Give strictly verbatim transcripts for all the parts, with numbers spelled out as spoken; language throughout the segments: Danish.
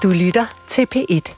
Du lytter til P et.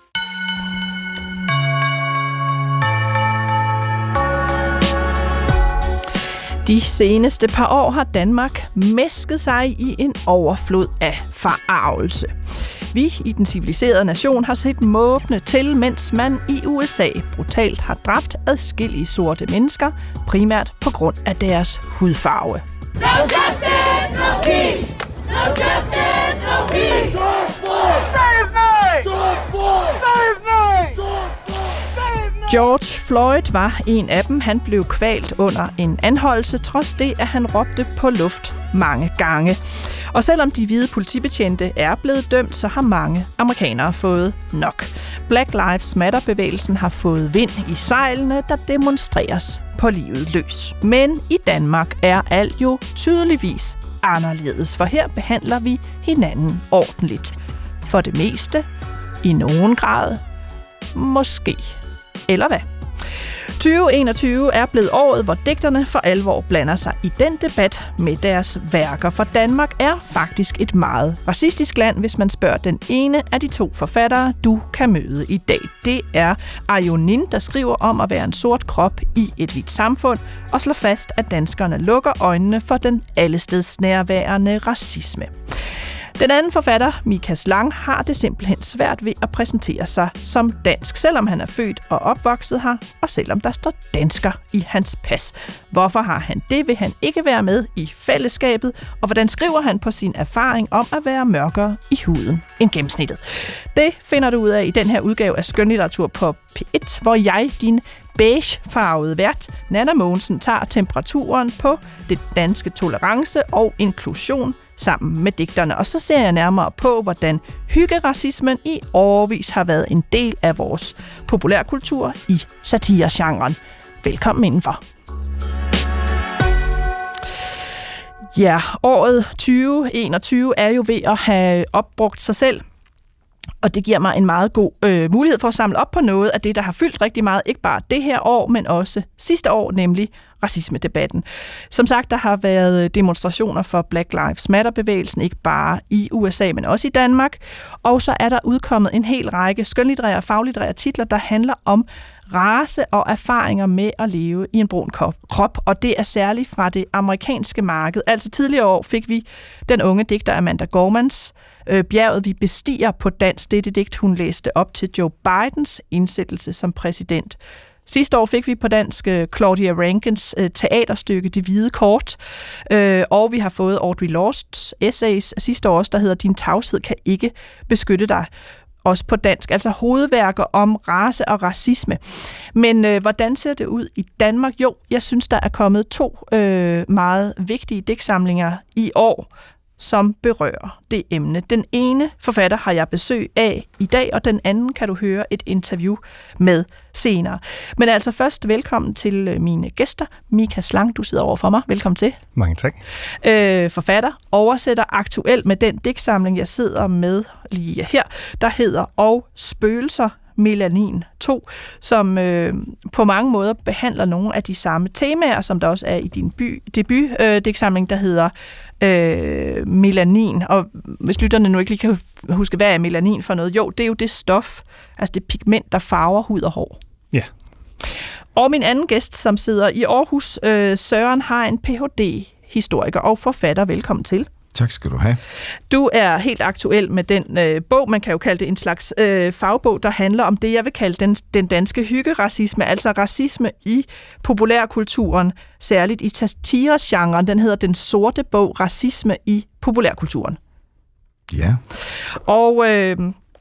De seneste par år har Danmark mæsket sig i en overflod af forargelse. Vi i den civiliserede nation har set måbne til, mens man i U S A brutalt har dræbt adskillige sorte mennesker, primært på grund af deres hudfarve. No justice, no peace! No justice, no peace! George Floyd! Say his name! George Floyd! Say his name! George Floyd! George Floyd var en af dem. Han blev kvalt under en anholdelse, trods det, at han råbte på luft mange gange. Og selvom de hvide politibetjente er blevet dømt, så har mange amerikanere fået nok. Black Lives Matter-bevægelsen har fået vind i sejlene, der demonstreres på livet løs. Men i Danmark er alt jo tydeligvis anderledes, for her behandler vi hinanden ordentligt. For det meste, i nogen grad, måske. Eller hvad? tyve enogtyve er blevet året, hvor digterne for alvor blander sig i den debat med deres værker. For Danmark er faktisk et meget racistisk land, hvis man spørger den ene af de to forfattere, du kan møde i dag. Det er Ayonin, der skriver om at være en sort krop i et hvidt samfund, og slår fast, at danskerne lukker øjnene for den allestedsnærværende racisme. Den anden forfatter, Mika Slang, har det simpelthen svært ved at præsentere sig som dansk, selvom han er født og opvokset her, og selvom der står dansker i hans pas. Hvorfor har han det? Vil han ikke være med i fællesskabet? Og hvordan skriver han på sin erfaring om at være mørkere i huden end gennemsnittet? Det finder du ud af i den her udgave af Skønlitteratur på P et, hvor jeg, din beigefarvede vært, Nanna Mogensen, tager temperaturen på det danske tolerance og inklusion sammen med digterne. Og så ser jeg nærmere på, hvordan hyggeracismen i årevis har været en del af vores populærkultur i satiregenren. Velkommen indenfor. Ja, året tyve enogtyve er jo ved at have opbrugt sig selv. Og det giver mig en meget god øh, mulighed for at samle op på noget af det, der har fyldt rigtig meget, ikke bare det her år, men også sidste år, nemlig racisme-debatten. Som sagt, der har været demonstrationer for Black Lives Matter-bevægelsen, ikke bare i U S A, men også i Danmark. Og så er der udkommet en hel række skønlitterære og faglitterære titler, der handler om race og erfaringer med at leve i en brun krop, og det er særligt fra det amerikanske marked. Altså tidligere år fik vi den unge digter Amanda Gormans øh, Bjerget, vi bestiger på dansk. Det er det digt, hun læste op til Joe Bidens indsættelse som præsident. Sidste år fik vi på dansk Claudia Rankins teaterstykke Det Hvide Kort, og vi har fået Audre Lords essays sidste år også, der hedder Din tavshed kan ikke beskytte dig. Også på dansk, altså hovedværker om race og racisme. Men øh, hvordan ser det ud i Danmark? Jo, jeg synes, der er kommet to øh, meget vigtige digtsamlinger i år, som berører det emne. Den ene forfatter har jeg besøg af i dag, og den anden kan du høre et interview med senere. Men altså først velkommen til mine gæster. Mika Slang, du sidder over for mig. Velkommen til. Mange tak. Øh, forfatter, oversætter aktuelt med den digtsamling, jeg sidder med lige her, der hedder Og Spøgelser, Melanin to, som øh, på mange måder behandler nogle af de samme temaer, som der også er i din by, debut øh, digtsamling, der hedder øh, Melanin. Og hvis lytterne nu ikke lige kan huske, hvad er melanin for noget? Jo, det er jo det stof, altså det pigment, der farver hud og hår. Ja. Og min anden gæst, som sidder i Aarhus, øh, Søren, har en P H D-historiker og forfatter. Velkommen til. Tak skal du have. Du er helt aktuel med den øh, bog, man kan jo kalde det en slags øh, fagbog, der handler om det, jeg vil kalde den, den danske hyggeracisme, altså racisme i populærkulturen, særligt i satiregenren. Den hedder Den Sorte Bog, Racisme i populærkulturen. Ja. Og øh,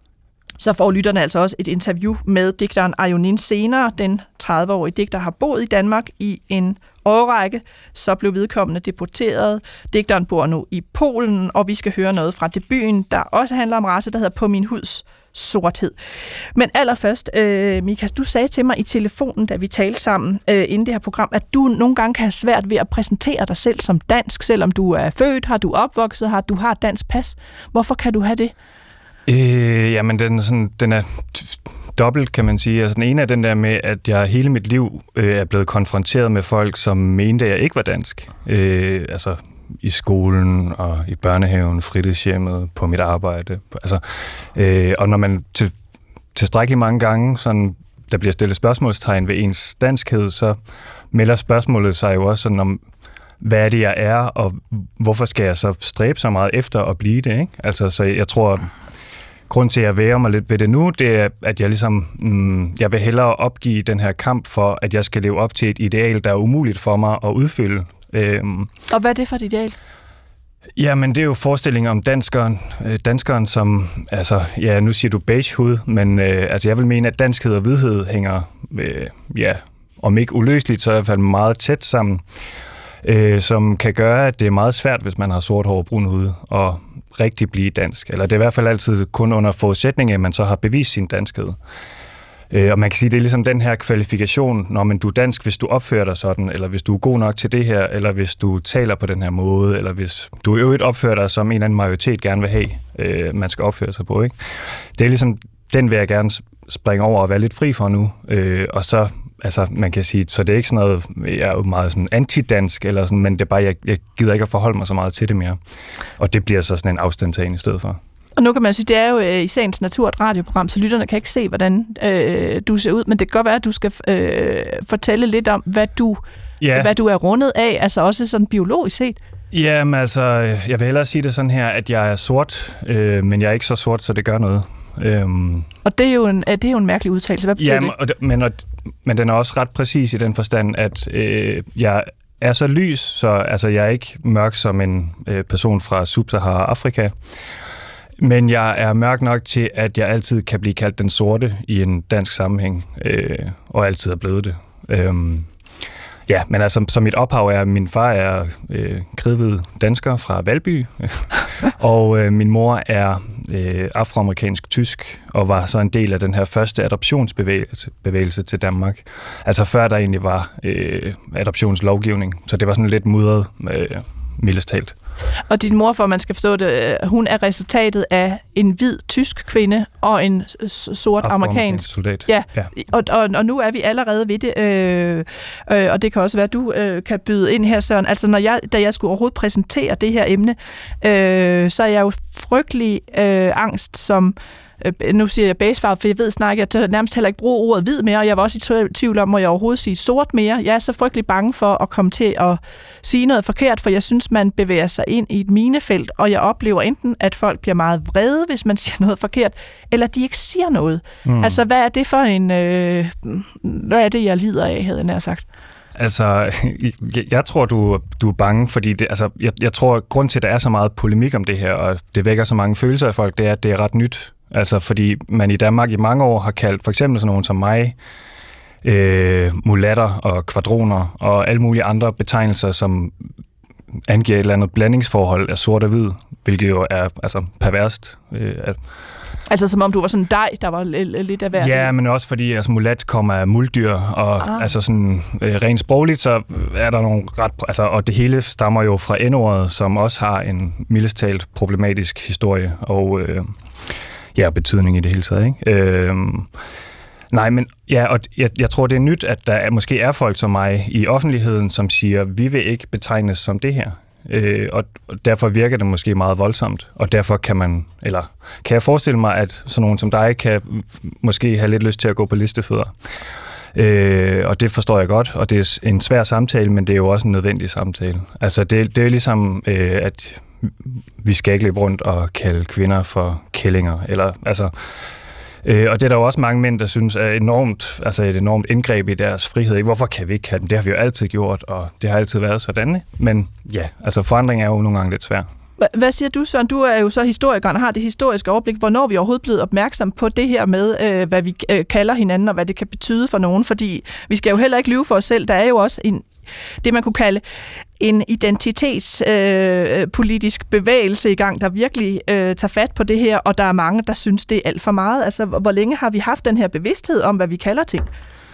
så får lytterne altså også et interview med digteren Ayonin senere. Den tredive-årige digter har boet i Danmark i en årrække, så blev vedkommende deporteret. Digteren bor nu i Polen, og vi skal høre noget fra debuten, der også handler om race, der hedder På min huds sorthed. Men allerførst, øh, Mika, du sagde til mig i telefonen, da vi talte sammen øh, inden det her program, at du nogle gange kan have svært ved at præsentere dig selv som dansk, selvom du er født, har du opvokset, har du har dansk pas. Hvorfor kan du have det? Øh, jamen, den, sådan, den er dobbelt, kan man sige. Altså, den ene er den der med, at jeg hele mit liv øh, er blevet konfronteret med folk, som mente, at jeg ikke var dansk. Øh, altså, i skolen og i børnehaven, fritidshjemmet, på mit arbejde. Altså, øh, og når man til, tilstrækkeligt mange gange, sådan, der bliver stillet spørgsmålstegn ved ens danskhed, så melder spørgsmålet sig jo også sådan om, hvad er det, jeg er, og hvorfor skal jeg så stræbe så meget efter at blive det, ikke? Altså, så jeg tror, grund til, at jeg værer mig lidt ved det nu, det er, at jeg ligesom, mm, jeg vil hellere opgive den her kamp for, at jeg skal leve op til et ideal, der er umuligt for mig at udfylde. Øhm, og hvad er det for et ideal? Jamen, det er jo forestillinger om danskeren, øh, danskeren som, altså, ja, nu siger du beige hud, men øh, altså, jeg vil mene, at danskhed og hvidhed hænger, øh, ja, om ikke uløseligt, så i hvert fald meget tæt sammen, øh, som kan gøre, at det er meget svært, hvis man har sort hår og brun hud, og rigtig blive dansk. Eller det er i hvert fald altid kun under forudsætning, at man så har bevist sin danskhed. Og man kan sige, det er ligesom den her kvalifikation, når man du er dansk, hvis du opfører dig sådan, eller hvis du er god nok til det her, eller hvis du taler på den her måde, eller hvis du i øvrigt opfører dig, som en eller anden majoritet gerne vil have, øh, man skal opføre sig på, ikke? Det er ligesom, den vil jeg gerne springe over og være lidt fri for nu. Øh, og så, altså, man kan sige, så det er ikke sådan noget, jeg er jo meget sådan antidansk, eller sådan, men det er bare, jeg, jeg gider ikke at forholde mig så meget til det mere. Og det bliver så sådan en afstandtagen i stedet for. Og nu kan man sige, det er jo øh, i sagens natur et radioprogram, så lytterne kan ikke se, hvordan øh, du ser ud, men det kan godt være, at du skal øh, fortælle lidt om, hvad du, ja. hvad du er rundet af, altså også sådan biologisk set. Jamen altså, jeg vil hellere sige det sådan her, at jeg er sort, øh, men jeg er ikke så sort, så det gør noget. Øhm. Og det er jo en, det er jo en mærkelig udtalelse. Hvad betyder Jamen, det? Og, men, og, men den er også ret præcis i den forstand, at øh, jeg er så lys, så altså, jeg er ikke mørk som en øh, person fra Sub-Sahara-Afrika. Men jeg er mørk nok til, at jeg altid kan blive kaldt den sorte i en dansk sammenhæng, øh, og altid er blevet det. Øhm, ja, men altså, som mit ophav er, min far er øh, kridhvid dansker fra Valby, og øh, min mor er øh, afroamerikansk-tysk, og var så en del af den her første adoptionsbevægelse bevægelse til Danmark. Altså før der egentlig var øh, adoptionslovgivning, så det var sådan lidt mudret, øh, mildest talt. Og din mor, for man skal forstå det, hun er resultatet af en hvid tysk kvinde og en sort amerikansk soldat. Ja, ja. Og, og, og nu er vi allerede ved det, øh, øh, og det kan også være, at du øh, kan byde ind her, Søren. Altså, når jeg, da jeg skulle overhovedet præsentere det her emne, øh, så er jeg jo frygtelig øh, angst som nu siger jeg basefarve, for jeg ved snart, jeg tør nærmest heller ikke bruge ordet hvid mere, og jeg var også i tvivl om, må jeg overhovedet sige sort mere. Jeg er så frygtelig bange for at komme til at sige noget forkert, for jeg synes, man bevæger sig ind i et minefelt, og jeg oplever enten, at folk bliver meget vrede, hvis man siger noget forkert, eller de ikke siger noget. Mm. Altså, hvad er det for en... Øh, hvad er det, jeg lider af, havde jeg nær sagt? Altså, jeg, jeg tror, du, du er bange, fordi det, altså, jeg, jeg tror, at grund til, at der er så meget polemik om det her, og det vækker så mange følelser af folk, det er, at det er ret nyt. Altså, fordi man i Danmark i mange år har kaldt for eksempel sådan nogen som mig, øh, mulatter og kvadroner og alle mulige andre betegnelser, som angiver et eller andet blandingsforhold af sort og hvid, hvilket jo er altså perverst. Øh, at Altså som om du var sådan en dej, der var lidt af hver. Ja, men også fordi altså, mulat kommer af muldyr, og ah. altså sådan øh, rent sprogligt, så er der nogle ret... Altså, og det hele stammer jo fra N-ordet, som også har en mildest talt problematisk historie, og øh, ja, betydning i det hele taget, ikke? Øh, nej, men ja, og jeg, jeg tror, det er nyt, at der er, måske er folk som mig i offentligheden, som siger, vi vil ikke betegnes som det her. Øh, og derfor virker det måske meget voldsomt, og derfor kan man, eller kan jeg forestille mig, at sådan nogen som dig kan måske have lidt lyst til at gå på listefødder. Øh, og det forstår jeg godt, og det er en svær samtale, men det er jo også en nødvendig samtale. Altså det, det er ligesom, øh, at vi skal ikke løbe rundt og kalde kvinder for kællinger, eller altså... Øh, og det er der jo også mange mænd, der synes er enormt, altså et enormt indgreb i deres frihed. Ikke? Hvorfor kan vi ikke have den? Det har vi jo altid gjort, og det har altid været sådan. Ikke? Men ja, altså forandring er jo nogle gange lidt svær. Hvad siger du, Søren? Du er jo så historiker og har det historiske overblik. Hvornår er vi overhovedet blevet opmærksom på det her med, øh, hvad vi øh, kalder hinanden, og hvad det kan betyde for nogen? Fordi vi skal jo heller ikke lyve for os selv. Der er jo også en, det, man kunne kalde en identitetspolitisk øh, bevægelse i gang, der virkelig øh, tager fat på det her, og der er mange, der synes, det er alt for meget. Altså, hvor længe har vi haft den her bevidsthed om, hvad vi kalder ting?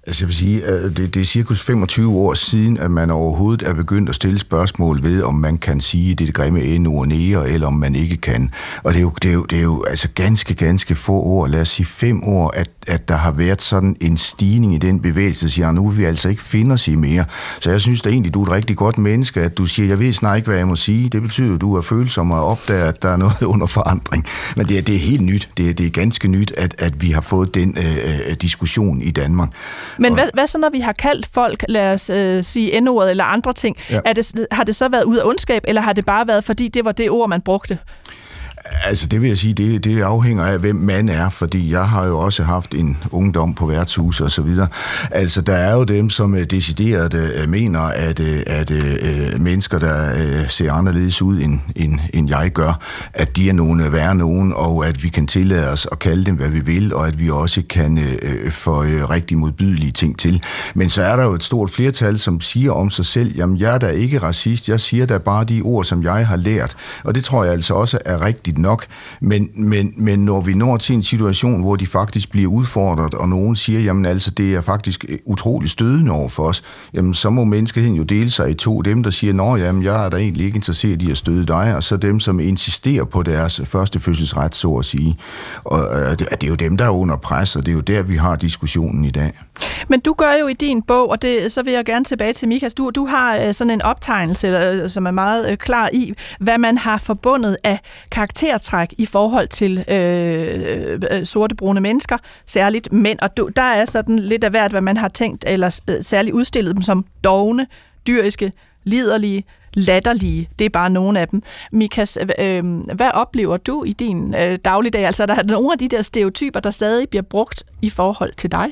Altså jeg vil sige, at det, det er cirkus femogtyve år siden, at man overhovedet er begyndt at stille spørgsmål ved, om man kan sige det grimme n-ord nære, eller om man ikke kan. Og det er jo, det er jo, det er jo altså ganske, ganske få år, lad os sige fem år, at, at der har været sådan en stigning i den bevægelse, siger nu vil vi altså ikke finde os i mere. Så jeg synes da egentlig, du er et rigtig godt menneske, at du siger, jeg ved snart ikke, hvad jeg må sige. Det betyder, at du er følsom og opdager, at der er noget under forandring. Men det er, det er helt nyt. Det er, det er ganske nyt, at, at vi har fået den øh, diskussion i Danmark. Men hvad, hvad så, når vi har kaldt folk, lad os øh, sige n-ordet eller andre ting, ja. er det, har det så været ud af ondskab, eller har det bare været, fordi det var det ord, man brugte? Altså det vil jeg sige, det, det afhænger af, hvem man er, fordi jeg har jo også haft en ungdom på værtshus og så videre. Altså der er jo dem, som decideret uh, mener, at, uh, at uh, mennesker, der uh, ser anderledes ud, end, end, end jeg gør, at de er nogle værre nogen, og at vi kan tillade os at kalde dem, hvad vi vil, og at vi også kan uh, få uh, rigtig modbydelige ting til. Men så er der jo et stort flertal, som siger om sig selv, jamen jeg er da ikke racist, jeg siger da bare de ord, som jeg har lært. Og det tror jeg altså også er rigtigt nok, men, men, men når vi når til en situation, hvor de faktisk bliver udfordret, og nogen siger, jamen altså, det er faktisk utroligt stødende over for os, jamen så må menneskeheden jo dele sig i to. Dem, der siger, nå jamen, jeg er da egentlig ikke interesseret i at støde dig, og så dem, som insisterer på deres første fødselsret, så at sige. Og øh, det er jo dem, der er under pres, og det er jo der, vi har diskussionen i dag. Men du gør jo i din bog, og det, så vil jeg gerne tilbage til Mikas, du, du har sådan en optegnelse, som er meget øh, klar i, hvad man har forbundet af karaktertræk i forhold til øh, øh, sorte-brune mennesker, særligt mænd, og du, der er sådan lidt af hvert, hvad man har tænkt, eller øh, særligt udstillet dem som dovne, dyriske, liderlige, latterlige. Det er bare nogle af dem. Mikas, øh, hvad oplever du i din øh, dagligdag? Altså, der er nogle af de der stereotyper, der stadig bliver brugt i forhold til dig?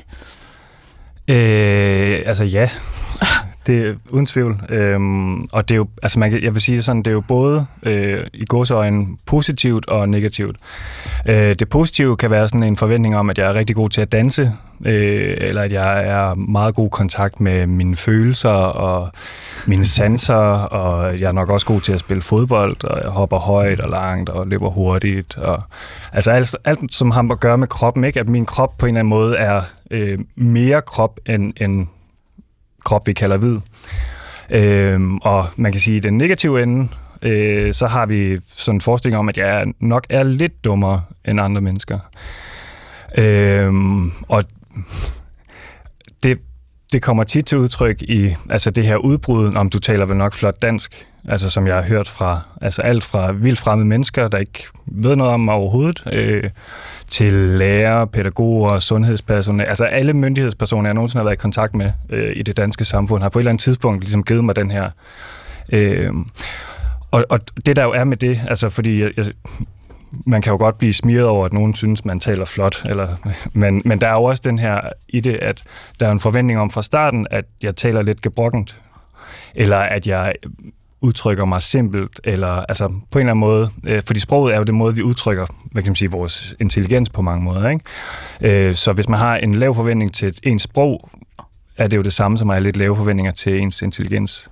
Øh, altså ja, det er uden tvivl. Øhm, og det er jo, altså man kan, jeg vil sige det sådan, det er jo både øh, i gåseøjne positivt og negativt. Øh, det positive kan være sådan en forventning om, at jeg er rigtig god til at danse, øh, eller at jeg er meget god kontakt med mine følelser og mine sanser, og jeg er nok også god til at spille fodbold, og jeg hopper højt og langt og løber hurtigt. Og, altså alt, alt, som har at gøre med kroppen, ikke? At min krop på en eller anden måde er øh, mere krop end, end krop, vi kalder hvid. Øh, og man kan sige, at i den negative ende, øh, så har vi sådan en forestilling om, at jeg nok er lidt dummere end andre mennesker. Øh, og det Det kommer tit til udtryk i altså det her udbrud, om du taler vel nok flot dansk, altså som jeg har hørt fra altså alt fra vildt fremmede mennesker, der ikke ved noget om mig overhovedet, øh, til lærere, pædagoger, sundhedspersonale, altså alle myndighedspersoner, jeg nogensinde har været i kontakt med øh, i det danske samfund, har på et eller andet tidspunkt ligesom givet mig den her. Øh, og, og det der jo er med det, altså fordi jeg, jeg man kan jo godt blive smiret over, at nogen synes, man taler flot, eller, men, men der er jo også den her i det, at der er en forventning om fra starten, at jeg taler lidt gebrokkent, eller at jeg udtrykker mig simpelt, eller altså på en eller anden måde, øh, fordi sproget er jo den måde, vi udtrykker, hvad kan man sige, vores intelligens på mange måder, ikke? Øh, så hvis man har en lav forventning til ens sprog, er det jo det samme som at have lidt lave forventninger til ens intelligens.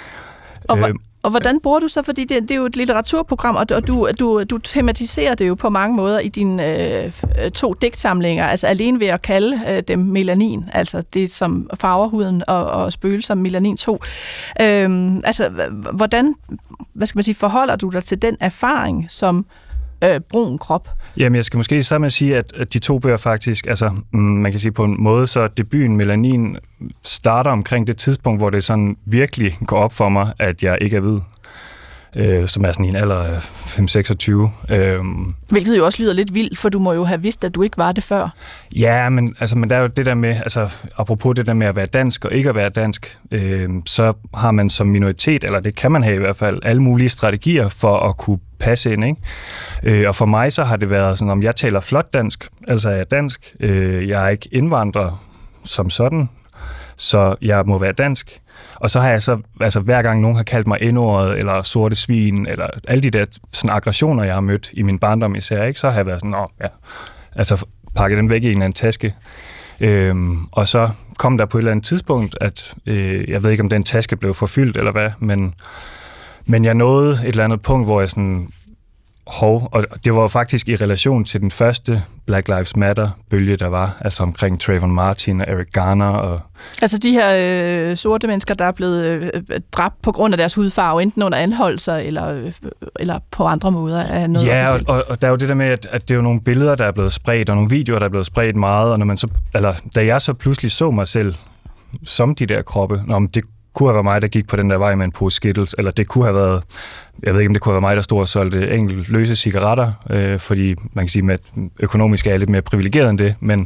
Og øh, Og hvordan bruger du så, fordi det, det er jo et litteraturprogram, og du, du, du tematiserer det jo på mange måder i dine øh, to digtsamlinger, altså alene ved at kalde øh, dem melanin, altså det som farver huden og, og spøgelser melanin to. Øhm, altså, hvordan, hvad skal man sige, forholder du dig til den erfaring som øh, brun krop? Jamen, jeg skal måske starte med at sige, at, at de to bøger faktisk, altså man kan sige på en måde, så debuten Melanin starter omkring det tidspunkt, hvor det sådan virkelig går op for mig, at jeg ikke er hvid. Øh, som er sådan i en alder af fem seksogtyve. Øh, Hvilket jo også lyder lidt vildt, for du må jo have vidst, at du ikke var det før. Ja, men, altså, men der er jo det der med, altså apropos det der med at være dansk og ikke at være dansk, øh, så har man som minoritet, eller det kan man have i hvert fald, alle mulige strategier for at kunne passe ind, ikke? Øh, og for mig så har det været sådan, om jeg taler flot dansk, altså er jeg dansk, øh, jeg er ikke indvandrer som sådan, så jeg må være dansk. Og så har jeg så, altså hver gang nogen har kaldt mig n-ordet, eller sorte svin, eller alle de der sådan aggressioner, jeg har mødt i min barndom især, ikke? Så har jeg været sådan, nå ja, altså pakket dem væk i en eller anden taske. Øhm, og så kom der på et eller andet tidspunkt, at øh, jeg ved ikke, om den taske blev forfyldt, eller hvad, men, men jeg nåede et eller andet punkt, hvor jeg sådan, hov, og det var faktisk i relation til den første Black Lives Matter-bølge, der var, altså omkring Trayvon Martin og Eric Garner. Og altså de her øh, sorte mennesker, der er blevet øh, dræbt på grund af deres hudfarve, enten under anholdelser eller, øh, eller på andre måder. Af noget ja, og, og, og der er jo det der med, at, at det er jo nogle billeder, der er blevet spredt, og nogle videoer, der er blevet spredt meget, og når man så, eller, da jeg så pludselig så mig selv som de der kroppe, nå, det kunne have været mig, der gik på den der vej med en pose Skittles, eller det kunne have været, jeg ved ikke, om det kunne have været mig, der stod og solgte enkelt løse cigaretter, øh, fordi man kan sige, at økonomisk er jeg lidt mere privilegeret end det, men,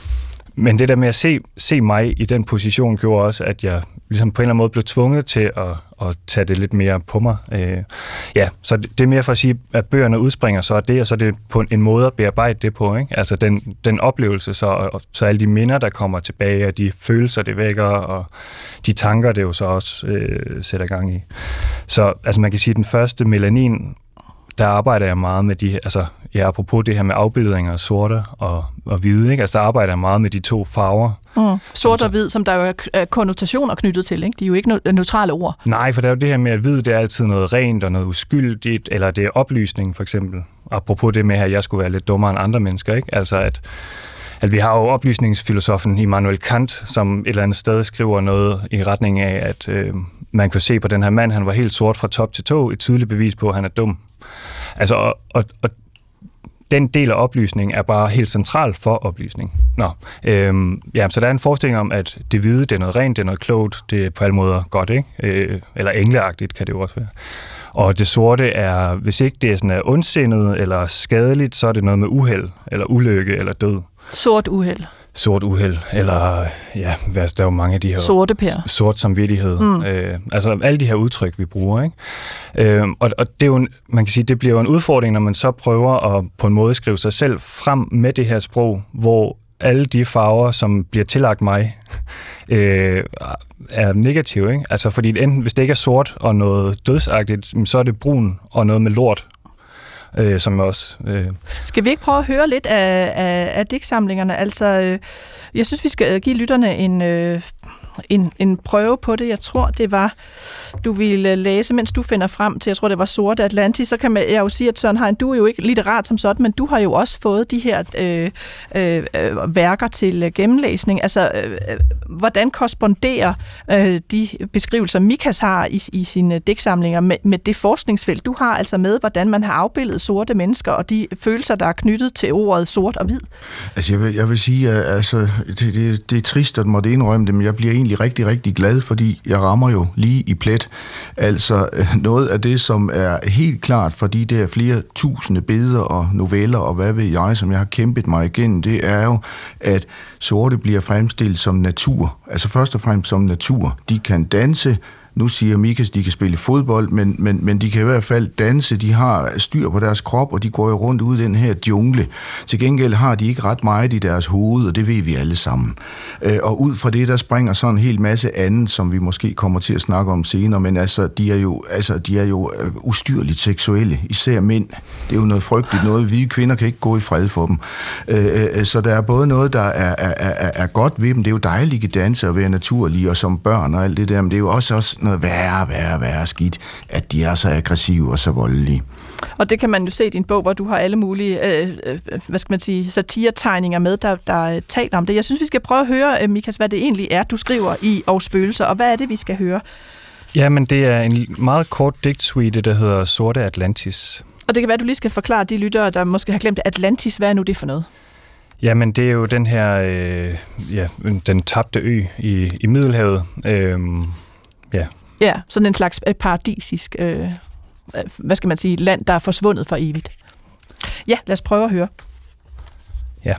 men det der med at se, se mig i den position, gjorde også, at jeg ligesom på en eller anden måde blev tvunget til at, at tage det lidt mere på mig. Øh, ja, så det, det er mere for at sige, at bøgerne udspringer så af det, og så er det på en måde at bearbejde det på, ikke? Altså den, den oplevelse, så, og, så alle de minder, der kommer tilbage, og de følelser, det vækker, og de tanker, det jo så også øh, sætter gang i. Så altså man kan sige, at den første Melanin, der arbejder jeg meget med de, altså ja, apropos det her med afbildninger af sorte og, og hvide, ikke? Altså der arbejder jeg meget med de to farver. Mm. Sort og hvid, som der jo er konnotationer knyttet til, ikke? De er jo ikke neutrale ord. Nej, for det er jo det her med, at hvid, det er altid noget rent og noget uskyldigt, eller det er oplysning, for eksempel. Apropos det med, at jeg skulle være lidt dummere end andre mennesker, ikke? Altså at, at vi har jo oplysningsfilosofen Immanuel Kant, som et eller andet sted skriver noget i retning af, at øh, man kan se på den her mand, han var helt sort fra top til tå, et tydeligt bevis på, at han er dum. Altså, og, og, og den del af oplysning er bare helt central for oplysning. Nå, øhm, ja, så der er en forestilling om, at det hvide, det er noget rent, det er noget klogt, det er på alle måder godt, ikke? Øh, eller engleagtigt kan det jo også være. Og det sorte er, hvis ikke det er sådan er ondsindet eller skadeligt, så er det noget med uheld, eller ulykke, eller død. Sort uheld. Sort uheld, eller ja, der er jo mange af de her... Sorte pær. Sort samvittighed. Mm. Øh, altså alle de her udtryk, vi bruger, ikke? Øh, og, og det er jo, man kan sige, det bliver jo en udfordring, når man så prøver at på en måde skrive sig selv frem med det her sprog, hvor alle de farver, som bliver tillagt mig, øh, er negative, ikke? Altså fordi enten, hvis det ikke er sort og noget dødsagtigt, så er det brun og noget med lort. Øh, som også... Øh... Skal vi ikke prøve at høre lidt af, af, af digtsamlingerne? Altså, øh, jeg synes, vi skal give lytterne en, øh, en, en prøve på det. Jeg tror, det var, du ville læse, mens du finder frem til, jeg tror, det var Sorte Atlantis. Så kan man, jeg jo sige, at Søren Hein, du er jo ikke litterat som sådan, men du har jo også fået de her øh, øh, værker til gennemlæsning. Altså, øh, hvordan korresponderer øh, de beskrivelser, Mikas har i, i sine digtsamlinger med, med det forskningsfelt, du har altså med, hvordan man har afbildet sorte mennesker, og de følelser, der er knyttet til ordet sort og hvid? Altså, jeg vil, jeg vil sige, at altså, det, det, det er trist at måtte indrømme det, men jeg bliver egentlig rigtig, rigtig glad, fordi jeg rammer jo lige i plet. Altså, noget af det, som er helt klart for de der flere tusinde billeder og noveller, og hvad ved jeg, som jeg har kæmpet mig igennem, det er jo, at sorte bliver fremstillet som natur. Altså først og fremmest som natur. De kan danse. Nu siger Mikas, de kan spille fodbold, men, men, men de kan i hvert fald danse, de har styr på deres krop, og de går jo rundt ud i den her jungle. Til gengæld har de ikke ret meget i deres hoved, og det ved vi alle sammen. Og ud fra det, der springer sådan en hel masse andet, som vi måske kommer til at snakke om senere, men altså, de er jo, altså, de er jo ustyrligt seksuelle, især mænd. Det er jo noget frygteligt, noget hvide kvinder kan ikke gå i fred for dem. Så der er både noget, der er, er, er, er godt ved dem, det er jo dejligt at danse og være naturlige, og som børn og alt det der, men det er jo også, også noget værre, værre, værre skidt, at de er så aggressive og så voldelige. Og det kan man jo se i din bog, hvor du har alle mulige, øh, øh, hvad skal man sige, satiretegninger med, der, der taler om det. Jeg synes, vi skal prøve at høre, Mikas, hvad det egentlig er, du skriver i Og Spøgelser, og hvad er det, vi skal høre? Jamen, det er en meget kort digtsuite, der hedder Sorte Atlantis. Og det kan være, du lige skal forklare de lyttere, der måske har glemt Atlantis. Hvad er nu det for noget? Jamen, det er jo den her, øh, ja, den tabte ø i, i Middelhavet. Øh, ja. Ja, sådan en slags paradisisk, øh, hvad skal man sige, land, der er forsvundet for evigt. Ja, lad os prøve at høre. Ja.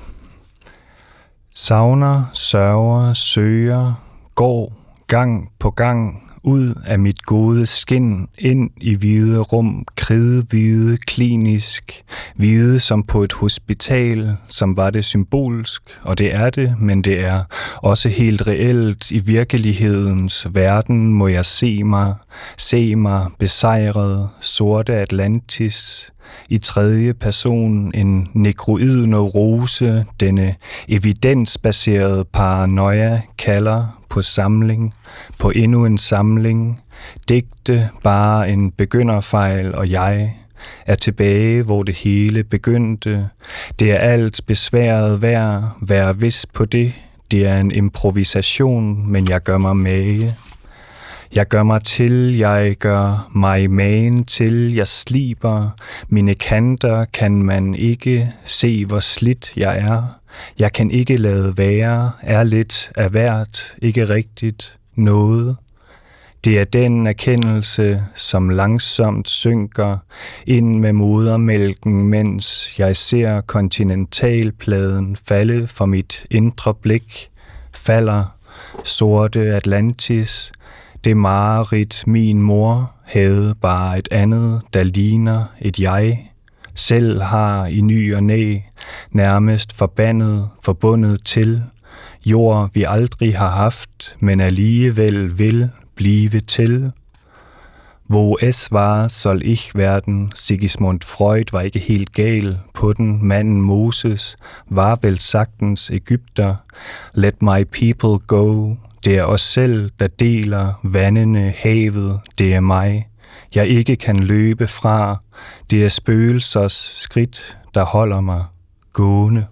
Savner, sørger, søger, går gang på gang ud af mit gode skin, ind i hvide rum, kridhvide, klinisk, hvide som på et hospital, som var det symbolsk, og det er det, men det er også helt reelt i virkelighedens verden, må jeg se mig, se mig besejret, sorte Atlantis, i tredje person en nekroid neurose, denne evidensbaserede paranoia kalder på samling, på endnu en samling, digte bare en begynderfejl, og jeg er tilbage, hvor det hele begyndte. Det er alt besværet værd, vær vis på det. Det er en improvisation, men jeg gør mig mage. Jeg gør mig til, jeg gør mig magen til, jeg sliber. Mine kanter kan man ikke se, hvor slidt jeg er. Jeg kan ikke lade være, er lidt af hvert, ikke rigtigt noget. Det er den erkendelse, som langsomt synker ind med modermælken, mens jeg ser kontinentalpladen falde for mit indre blik. Falder sorte Atlantis. Det mareridt min mor havde bare et andet, der ligner et jeg. Selv har i ny og næ, nærmest forbandet, forbundet til. Jord vi aldrig har haft, men alligevel vil blive til. Wo es war, soll ich werden. Sigismund Freud var ikke helt gal på den. Manden Moses var vel sagtens Egypter. Let my people go. Det er os selv, der deler vandene, havet. Det er mig, jeg ikke kan løbe fra. Det er spøgelsers skridt, der holder mig gående.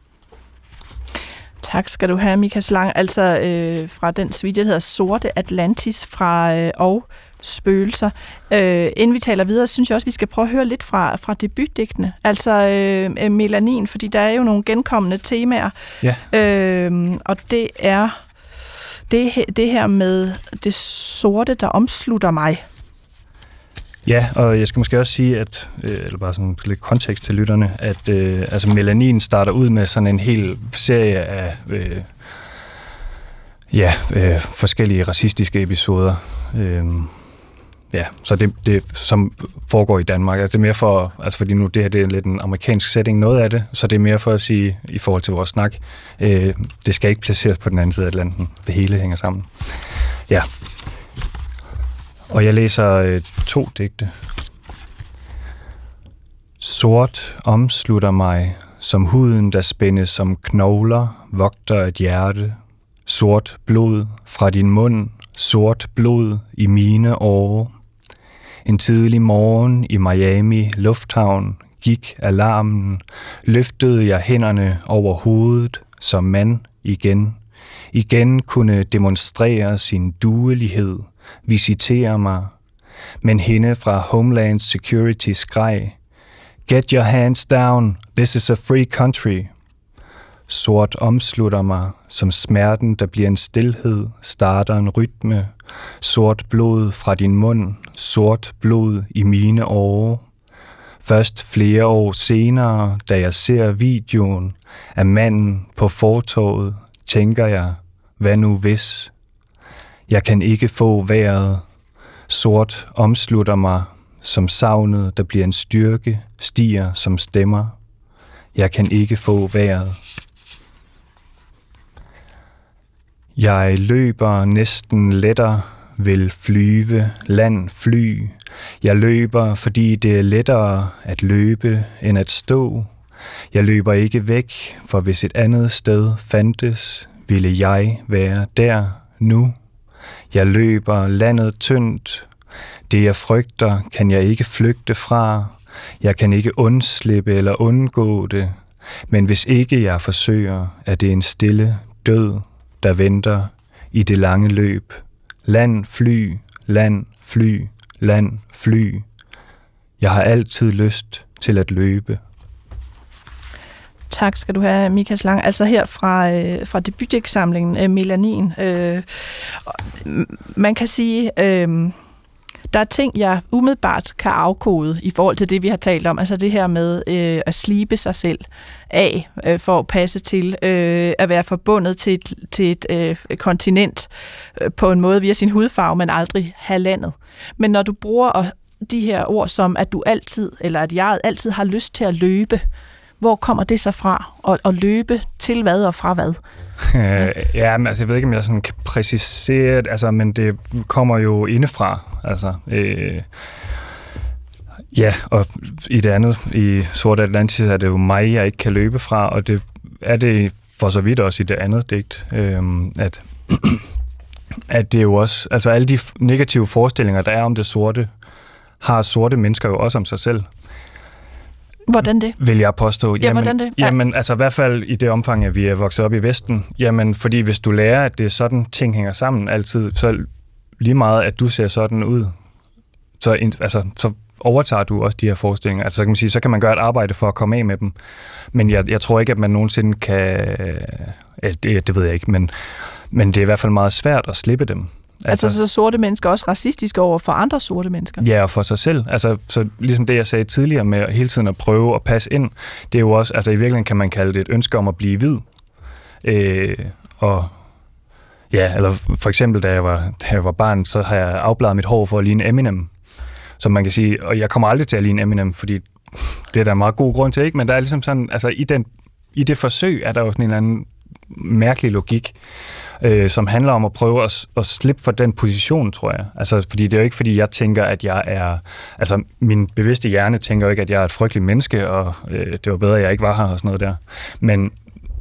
Tak skal du have, Mikas Lang. Altså øh, fra den suite, der hedder Sorte Atlantis fra øh, og Spøgelser. Øh, inden vi taler videre, synes jeg også, vi skal prøve at høre lidt fra, fra debutdigtene. Altså øh, melanin, fordi der er jo nogle genkommende temaer. Ja. Øh, og det er det, det her med det sorte, der omslutter mig. Ja, og jeg skal måske også sige, at, øh, eller bare sådan lidt kontekst til lytterne, at øh, altså melanin starter ud med sådan en hel serie af øh, ja, øh, forskellige racistiske episoder. Øh, ja, så det, det som foregår i Danmark. Altså det er mere for, altså fordi nu det her det er lidt en amerikansk setting, noget af det, så det er mere for at sige, i forhold til vores snak, øh, det skal ikke placeres på den anden side af Atlanten. Det hele hænger sammen. Ja. Og jeg læser øh, to digte. Sort omslutter mig, som huden, der spændes som knogler, vogter et hjerte. Sort blod fra din mund, sort blod i mine årer. En tidlig morgen i Miami Lufthavn gik alarmen, løftede jeg hænderne over hovedet, som mand igen. Igen kunne demonstrere sin duelighed, visitere mig, men hende fra Homeland Security skreg, "Get your hands down, this is a free country." Sort omslutter mig, som smerten, der bliver en stilhed, starter en rytme. Sort blod fra din mund, sort blod i mine årer. Først flere år senere, da jeg ser videoen af manden på fortovet, tænker jeg, hvad nu hvis? Jeg kan ikke få vejret. Sort omslutter mig, som savnet, der bliver en styrke, stiger som stemmer. Jeg kan ikke få vejret. Jeg løber næsten lettere, vil flyve, land fly. Jeg løber, fordi det er lettere at løbe end at stå. Jeg løber ikke væk, for hvis et andet sted fandtes, ville jeg være der nu. Jeg løber landet tyndt. Det jeg frygter, kan jeg ikke flygte fra. Jeg kan ikke undslippe eller undgå det. Men hvis ikke jeg forsøger, er det en stille død, der venter i det lange løb. Land, fly, land, fly, land, fly. Jeg har altid lyst til at løbe. Tak skal du have, Mikas Lang. Altså her fra, øh, fra debutdigtsamlingen øh, Melanin. Øh, man kan sige, øh, der er ting, jeg umiddelbart kan afkode i forhold til det, vi har talt om. Altså det her med øh, at slibe sig selv af øh, for at passe til øh, at være forbundet til et, til et øh, kontinent øh, på en måde via sin hudfarve, men aldrig have landet. Men når du bruger de her ord som, at du altid, eller at jeg altid har lyst til at løbe, hvor kommer det så fra? Og, og løbe til hvad og fra hvad? Ja, men altså, jeg ved ikke, om jeg sådan kan præcisere det, altså, men det kommer jo indefra. Altså, øh, ja, og i det andet, i Sorte Atlantis, er det jo mig, jeg ikke kan løbe fra, og det er det for så vidt også i det andet digt, øh, at, at det er jo også, altså alle de negative forestillinger, der er om det sorte, har sorte mennesker jo også om sig selv. Hvordan det? Vil jeg påstå. Ja, jamen, hvordan det? Ja. Jamen, altså i hvert fald i det omfang, at vi er vokset op i Vesten. Jamen, fordi hvis du lærer, at det er sådan, ting hænger sammen altid, så lige meget, at du ser sådan ud, så, altså, så overtager du også de her forestillinger. Altså, så kan man sige, så kan man gøre et arbejde for at komme af med dem. Men jeg, jeg tror ikke, at man nogensinde kan... Ja, det, det ved jeg ikke, men, men det er i hvert fald meget svært at slippe dem. Altså, altså så sorte mennesker også racistiske over for andre sorte mennesker? Ja, og for sig selv. Altså, så ligesom det, jeg sagde tidligere med hele tiden at prøve at passe ind, det er jo også, altså i virkeligheden kan man kalde det et ønske om at blive hvid. Øh, og ja, eller for eksempel, da jeg var, da jeg var barn, så har jeg afbladet mit hår for at ligne Eminem. Så man kan sige, og jeg kommer aldrig til at ligne Eminem, fordi det er der en meget god grund til, ikke? Men der er ligesom sådan, altså i, den, i det forsøg er der jo sådan en eller anden mærkelig logik, øh, som handler om at prøve at, at slippe for den position, tror jeg. Altså, fordi det er jo ikke, fordi jeg tænker, at jeg er... Altså, min bevidste hjerne tænker jo ikke, at jeg er et frygteligt menneske, og øh, det var bedre, at jeg ikke var her og sådan noget der. Men,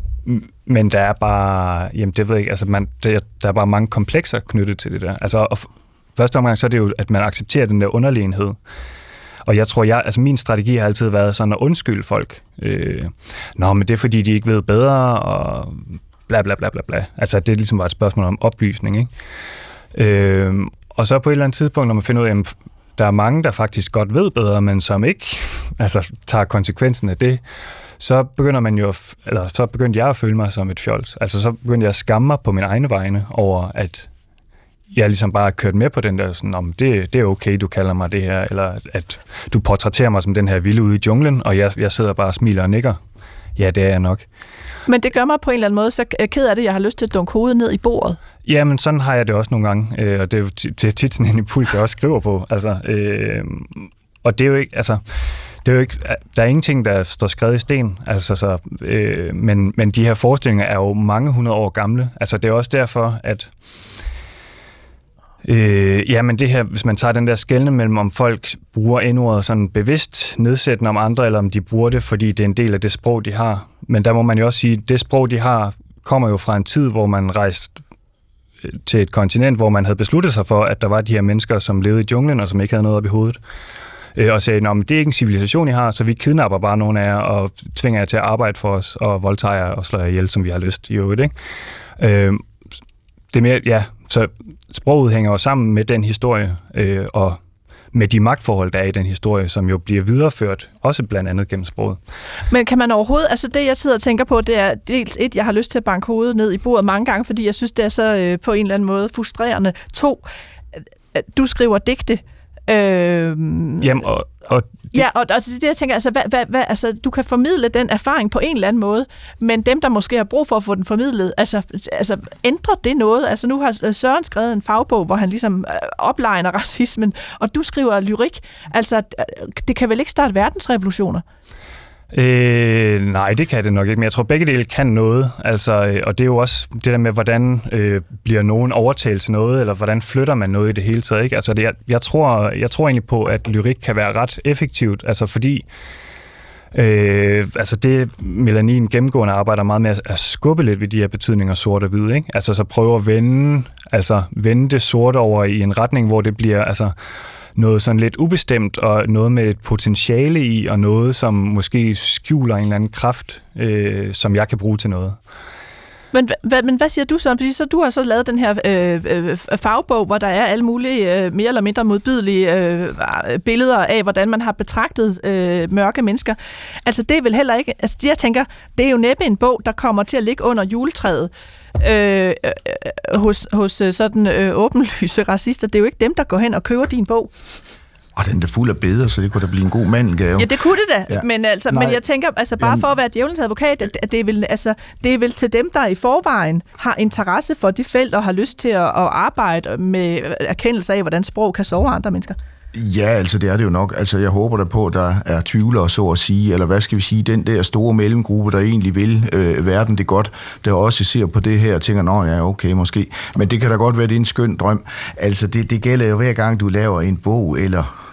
men der er bare... Jamen, det ved jeg ikke. Altså, man, der, der er bare mange komplekser knyttet til det der. Altså, og første omgang, så er det jo, at man accepterer den der underlegenhed. Og jeg tror, jeg, altså min strategi har altid været sådan at undskylde folk. Øh, Nå, men det er fordi, de ikke ved bedre, og bla bla bla bla bla. Altså, det er ligesom bare et spørgsmål om oplysning, ikke? Øh, og så på et eller andet tidspunkt, når man finder ud af, at der er mange, der faktisk godt ved bedre, men som ikke altså, tager konsekvensen af det, så begynder man jo, eller så begyndte jeg at føle mig som et fjols. Altså, så begyndte jeg at skamme mig på mine egne vegne over, at jeg ligesom bare kørt med på den der, sådan, om det, det er okay, du kalder mig det her, eller at du portrætterer mig som den her vilde ude i junglen, og jeg, jeg sidder bare og smiler og nikker. Ja, det er jeg nok. Men det gør mig på en eller anden måde så ked af det, jeg har lyst til at dunke hovedet ned i bordet. Ja, men sådan har jeg det også nogle gange, øh, og det er jo det er tit sådan en impuls, jeg også skriver på. Altså, øh, og det er jo ikke, altså, det er jo ikke, der er ingenting, der står skrevet i sten, altså, så, øh, men, men de her forestillinger er jo mange hundrede år gamle. Altså, det er også derfor, at Øh, ja, men det her, hvis man tager den der skelne mellem, om folk bruger N-ordet sådan bevidst nedsættende om andre, eller om de bruger det, fordi det er en del af det sprog, de har. Men der må man jo også sige, at det sprog, de har, kommer jo fra en tid, hvor man rejste til et kontinent, hvor man havde besluttet sig for, at der var de her mennesker, som levede i junglen, og som ikke havde noget op i hovedet. Øh, og sagde, men det er ikke en civilisation, I har, så vi kidnapper bare nogle af jer, og tvinger jer til at arbejde for os, og voldtager jer og slår jer ihjel, som vi har lyst i øvrigt, ikke? Øh, det er mere, ja, så sproget hænger jo sammen med den historie, øh, og med de magtforhold, der er i den historie, som jo bliver videreført, også blandt andet gennem sproget. Men kan man overhovedet, altså det jeg sidder og tænker på, det er dels et, jeg har lyst til at banke hovedet ned i bordet mange gange, fordi jeg synes, det er så øh, på en eller anden måde frustrerende. To, du skriver digte. Øh, Jamen, og, og det... Ja, og, og det jeg tænker, altså, hvad, hvad, hvad, altså, du kan formidle den erfaring på en eller anden måde, men dem, der måske har brug for at få den formidlet, altså, altså ændrer det noget? Altså nu har Søren skrevet en fagbog, hvor han ligesom oplejner racismen, og du skriver lyrik. Altså, det kan vel ikke starte verdensrevolutioner? Øh, nej, det kan det nok ikke, men jeg tror, begge dele kan noget. Altså, og det er jo også det der med, hvordan øh, bliver nogen overtalt til noget, eller hvordan flytter man noget i det hele taget, ikke? Altså, det, jeg, jeg, tror, jeg tror egentlig på, at lyrik kan være ret effektivt, altså fordi øh, altså det Melanin gennemgående arbejder meget med at, at skubbe lidt ved de her betydninger sort og hvid, ikke? Altså så prøve at vende, altså vende det sorte over i en retning, hvor det bliver altså noget sådan lidt ubestemt, og noget med et potentiale i, og noget, som måske skjuler en eller anden kraft, øh, som jeg kan bruge til noget. Men, hva, men hvad siger du så? Fordi så du har så lavet den her øh, øh, fagbog, hvor der er alle mulige øh, mere eller mindre modbydelige øh, billeder af, hvordan man har betragtet øh, mørke mennesker. Altså det er vel heller ikke... Altså jeg tænker, det er jo næppe en bog, der kommer til at ligge under juletræet øh, øh, hos, hos sådan øh, åbenlyse racister. Det er jo ikke dem, der går hen og køber din bog. Og den er fuld af billeder, så det kunne da blive en god mandelgave. Ja, det kunne det da, ja. men, altså, men jeg tænker, altså bare Jamen. for at være djævelens advokat, at, at det, er vel, altså, det er vel til dem, der i forvejen har interesse for de felt, og har lyst til at, at arbejde med erkendelse af, hvordan sprog kan sove andre mennesker. Ja, altså det er det jo nok. Altså jeg håber da på, at der er tvivlere, så at sige, eller hvad skal vi sige, den der store mellemgruppe, der egentlig vil øh, verden det godt, der også ser på det her og tænker, nå ja, okay, måske. Men det kan da godt være, det er en skøn drøm. Altså det, det gælder jo hver gang, du laver en bog, eller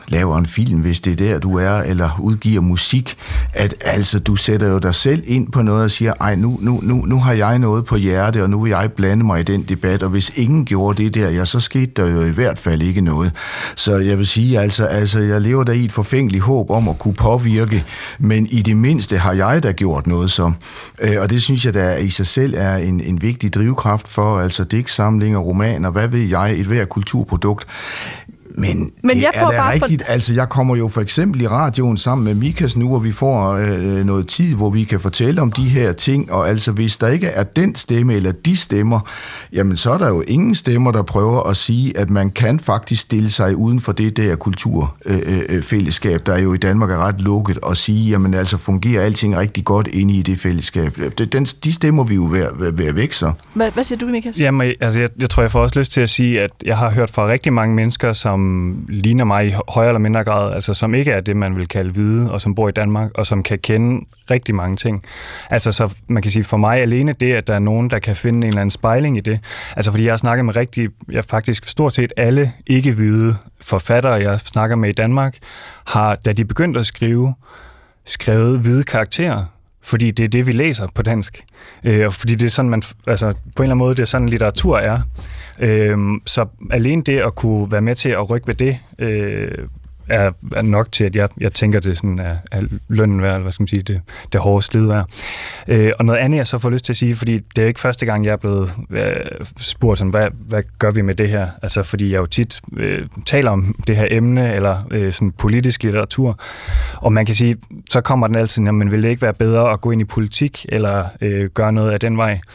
laver en film, hvis det er der, du er, eller udgiver musik, at altså, du sætter jo dig selv ind på noget og siger, ej, nu, nu, nu, nu har jeg noget på hjerte, og nu vil jeg blande mig i den debat, og hvis ingen gjorde det der, ja, så skete der jo i hvert fald ikke noget. Så jeg vil sige, altså, altså jeg lever der i et forfængeligt håb om at kunne påvirke, men i det mindste har jeg da gjort noget som, øh, og det synes jeg da i sig selv er en, en vigtig drivkraft for, altså digtsamlinger, romaner, hvad ved jeg, et hvert kulturprodukt. Men, Men det er da rigtigt. For... Altså, jeg kommer jo for eksempel i radioen sammen med Mikas nu, og vi får øh, noget tid, hvor vi kan fortælle om de her ting, og altså, hvis der ikke er den stemme, eller de stemmer, jamen, så er der jo ingen stemmer, der prøver at sige, at man kan faktisk stille sig uden for det der kulturfællesskab, øh, der jo i Danmark er ret lukket, og sige, jamen, altså, fungerer alting rigtig godt inde i det fællesskab. Den, de stemmer vi jo ved, ved at væk, så. Hvad, hvad siger du, Mikas? Jamen, altså, jeg, jeg tror, jeg får også lyst til at sige, at jeg har hørt fra rigtig mange mennesker, som ligner mig i højere eller mindre grad, altså som ikke er det, man vil kalde hvide, og som bor i Danmark, og som kan kende rigtig mange ting. Altså, så man kan sige, for mig alene det, at der er nogen, der kan finde en eller anden spejling i det. Altså, fordi jeg har snakket med rigtig, jeg faktisk stort set alle ikke-hvide forfattere, jeg snakker med i Danmark, har, da de begyndte at skrive, skrevet hvide karakterer. Fordi det er det, vi læser på dansk. Øh, og fordi det er sådan, man, altså, på en eller anden måde, det er sådan, litteratur er. Øh, så alene det at kunne være med til at rykke ved det, øh, er, er nok til, at jeg, jeg tænker, det sådan er, er lønnen værd, eller hvad skal man sige, det, det hårde slid værd. Øh, og noget andet, jeg så får lyst til at sige, fordi det er ikke første gang, jeg er blevet øh, spurgt, sådan, hvad, hvad gør vi med det her? Altså, fordi jeg jo tit øh, taler om det her emne, eller øh, sådan politisk litteratur, og man kan sige, så kommer den altid, men vil det ikke være bedre at gå ind i politik, eller øh, gøre noget af den vej?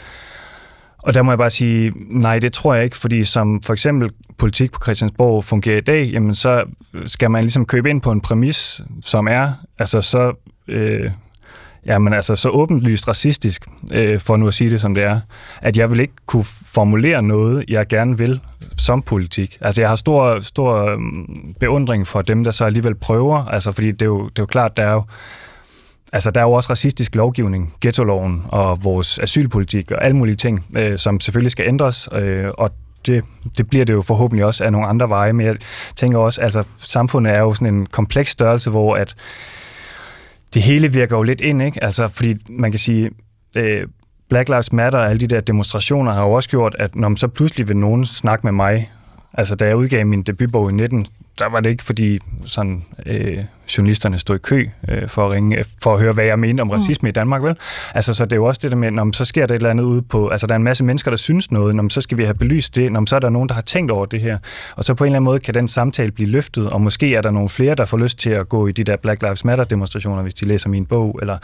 Og der må jeg bare sige, nej, det tror jeg ikke, fordi som for eksempel politik på Christiansborg fungerer i dag, jamen så skal man ligesom købe ind på en præmis, som er, altså så, øh, jamen altså så åbenlyst racistisk, øh, for nu at sige det som det er, at jeg vil ikke kunne formulere noget, jeg gerne vil som politik. Altså jeg har stor, stor beundring for dem, der så alligevel prøver, altså fordi det er jo, det er jo klart, der er jo Altså, der er jo også racistisk lovgivning, ghettoloven og vores asylpolitik og alle mulige ting, øh, som selvfølgelig skal ændres, øh, og det, det bliver det jo forhåbentlig også af nogle andre veje, men jeg tænker også, altså samfundet er jo sådan en kompleks størrelse, hvor at det hele virker jo lidt ind, ikke? Altså, fordi man kan sige, øh, Black Lives Matter og alle de der demonstrationer har jo også gjort, at når man så pludselig vil nogen snakke med mig, altså da jeg udgav min debutbog i nitten, der var det ikke fordi sådan øh, journalisterne stod i kø øh, for at ringe, for at høre, hvad jeg mente om racisme mm. i Danmark, vel? Altså, så det er jo også det der med, når så sker der et eller andet ude på, altså der er en masse mennesker, der synes noget, når så skal vi have belyst det, når så er der nogen, der har tænkt over det her, og så på en eller anden måde kan den samtale blive løftet, og måske er der nogle flere, der får lyst til at gå i de der Black Lives Matter demonstrationer, hvis de læser min bog, eller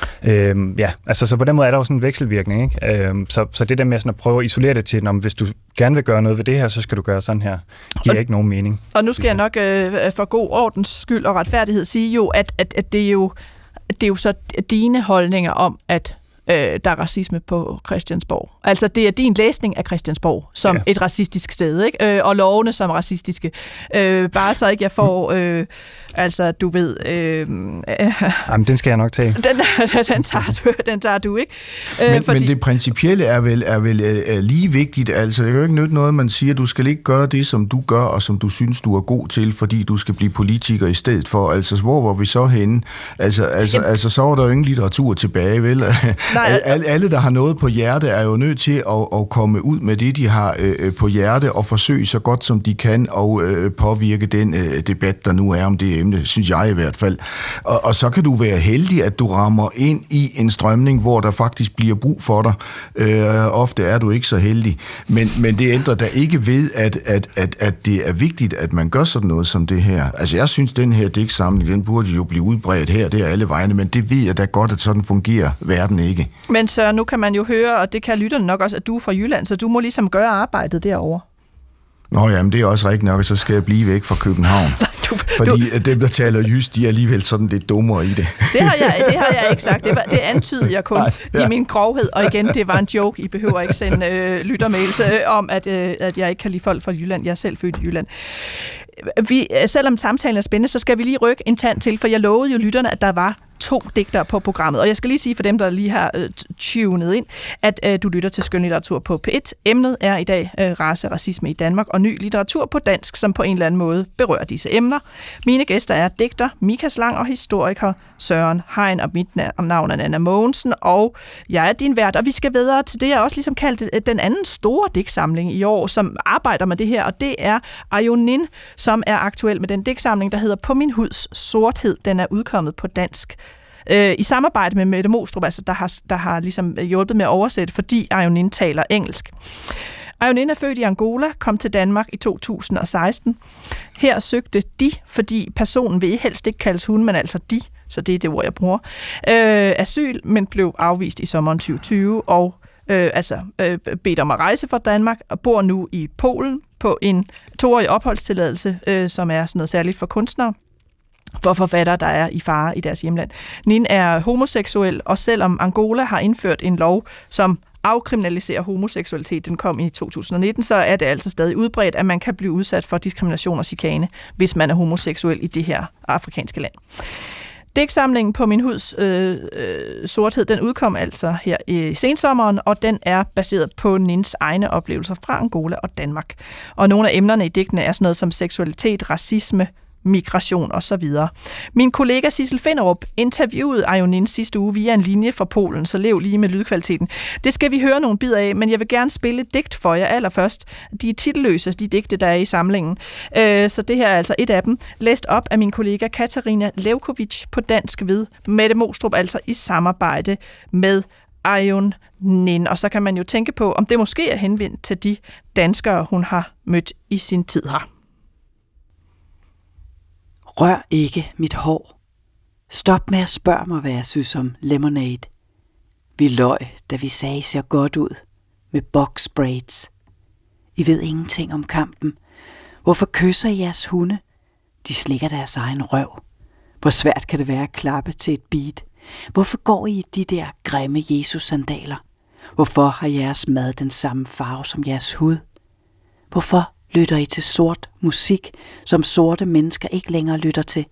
øh, ja, altså så på den måde er der jo sådan en vekselvirkning, ikke? Øh, så, så det der med sådan at prøve at isolere det til, når hvis du gerne vil gøre noget ved det her, så skal du gøre sådan her. Giver og, ikke nogen mening. Og nu skal jeg nok øh, for god ordens skyld og retfærdighed sige jo, at, at, at det, er jo, det er jo så dine holdninger om, at øh, der er racisme på Christiansborg. Altså, det er din læsning af Christiansborg som ja. et racistisk sted, ikke? Øh, og lovene som racistiske. Øh, bare så ikke jeg får, øh, altså, du ved... Øh, øh, Jamen, den skal jeg nok tage. Den, den, tager, du, den tager du, ikke? Øh, men, fordi... men det principielle er vel, er vel er lige vigtigt. Altså, det kan jo ikke nytte noget, man siger, du skal ikke gøre det, som du gør, og som du synes, du er god til, fordi du skal blive politiker i stedet for. Altså, hvor var vi så henne? Altså, altså, altså så var der jo ingen litteratur tilbage, vel? Nej, alle, alle, der har noget på hjerte, er jo nødt til at, at komme ud med det, de har øh, på hjerte, og forsøge så godt som de kan at øh, påvirke den øh, debat, der nu er om det emne, synes jeg i hvert fald. Og, og så kan du være heldig, at du rammer ind i en strømning, hvor der faktisk bliver brug for dig. Øh, ofte er du ikke så heldig. Men, men det ændrer da ikke ved, at, at, at, at det er vigtigt, at man gør sådan noget som det her. Altså jeg synes, den her digtsamling, den burde jo blive udbredt her, det er alle vegne, men det ved jeg da godt, at sådan fungerer verden ikke. Men så nu kan man jo høre, og det kan lytterne nok også, at du er fra Jylland, så du må ligesom gøre arbejdet derovre. Nå jamen, det er også rigtigt nok, og så skal jeg blive væk fra København. Nej, du, Fordi du... dem, der taler jysk, de er alligevel sådan lidt dummere i det. Det har jeg, det har jeg ikke sagt. Det, var, det antydede jeg kun Nej, ja. i min grovhed. Og igen, det var en joke. I behøver ikke sende øh, lyttermails øh, om, at, øh, at jeg ikke kan lide folk fra Jylland. Jeg er selv født i Jylland. Vi, selvom samtalen er spændende, så skal vi lige rykke en tand til, for jeg lovede jo lytterne, at der var to digtere på programmet. Og jeg skal lige sige for dem, der lige har øh, tunet ind, at øh, du lytter til skønlitteratur på P et. Emnet er i dag øh, race og racisme i Danmark og ny litteratur på dansk, som på en eller anden måde berører disse emner. Mine gæster er digter Mika Slang og historiker Søren Hein, og mit navn er Anna Mogensen, og jeg er din vært, og vi skal videre til det, jeg også ligesom kaldte den anden store digtsamling i år, som arbejder med det her, og det er Ayonin, som er aktuel med den digtsamling, der hedder På min huds sorthed. Den er udkommet på dansk øh, i samarbejde med Mette Mostrup, altså der har, der har ligesom hjulpet med at oversætte, fordi Ayonin taler engelsk. Ayonin er født i Angola, kom til Danmark i to tusind og seksten. Her søgte de, fordi personen vil helst ikke kaldes hun, men altså de, så det er det ord, jeg bruger, øh, asyl, men blev afvist i sommeren tyve tyve og øh, altså øh, bedt om at rejse fra Danmark og bor nu i Polen på en toårig opholdstilladelse, øh, som er sådan noget særligt for kunstnere, for forfattere, der er i fare i deres hjemland. Nin er homoseksuel, og selvom Angola har indført en lov, som afkriminaliserer homoseksualitet, den kom i to tusind og nitten, så er det altså stadig udbredt, at man kan blive udsat for diskrimination og chikane, hvis man er homoseksuel i det her afrikanske land. Digtsamlingen På min huds øh, øh, sorthed, den udkom altså her i sensommeren, og den er baseret på Nins egne oplevelser fra Angola og Danmark. Og nogle af emnerne i digtene er sådan noget som seksualitet, racisme, migration osv. Min kollega Sissel Finderup interviewede Ayonin sidste uge via en linje fra Polen, så lev lige med lydkvaliteten. Det skal vi høre nogle bidder af, men jeg vil gerne spille et digt for jer allerførst. De er titelløse, de digte, der er i samlingen. Så det her er altså et af dem, læst op af min kollega Katarina Levkovic på dansk ved Mette Mostrup, altså i samarbejde med Ayonin. Og så kan man jo tænke på, om det måske er henvendt til de danskere, hun har mødt i sin tid her. Rør ikke mit hår. Stop med at spørge mig, hvad jeg synes om lemonade. Vi løg, da vi sagde, I ser godt ud med box braids. I ved ingenting om kampen. Hvorfor kysser I jeres hunde? De slikker deres egen røv. Hvor svært kan det være at klappe til et beat? Hvorfor går I i de der grimme Jesus-sandaler? Hvorfor har jeres mad den samme farve som jeres hud? Hvorfor lytter I til sort musik, som sorte mennesker ikke længere lytter til?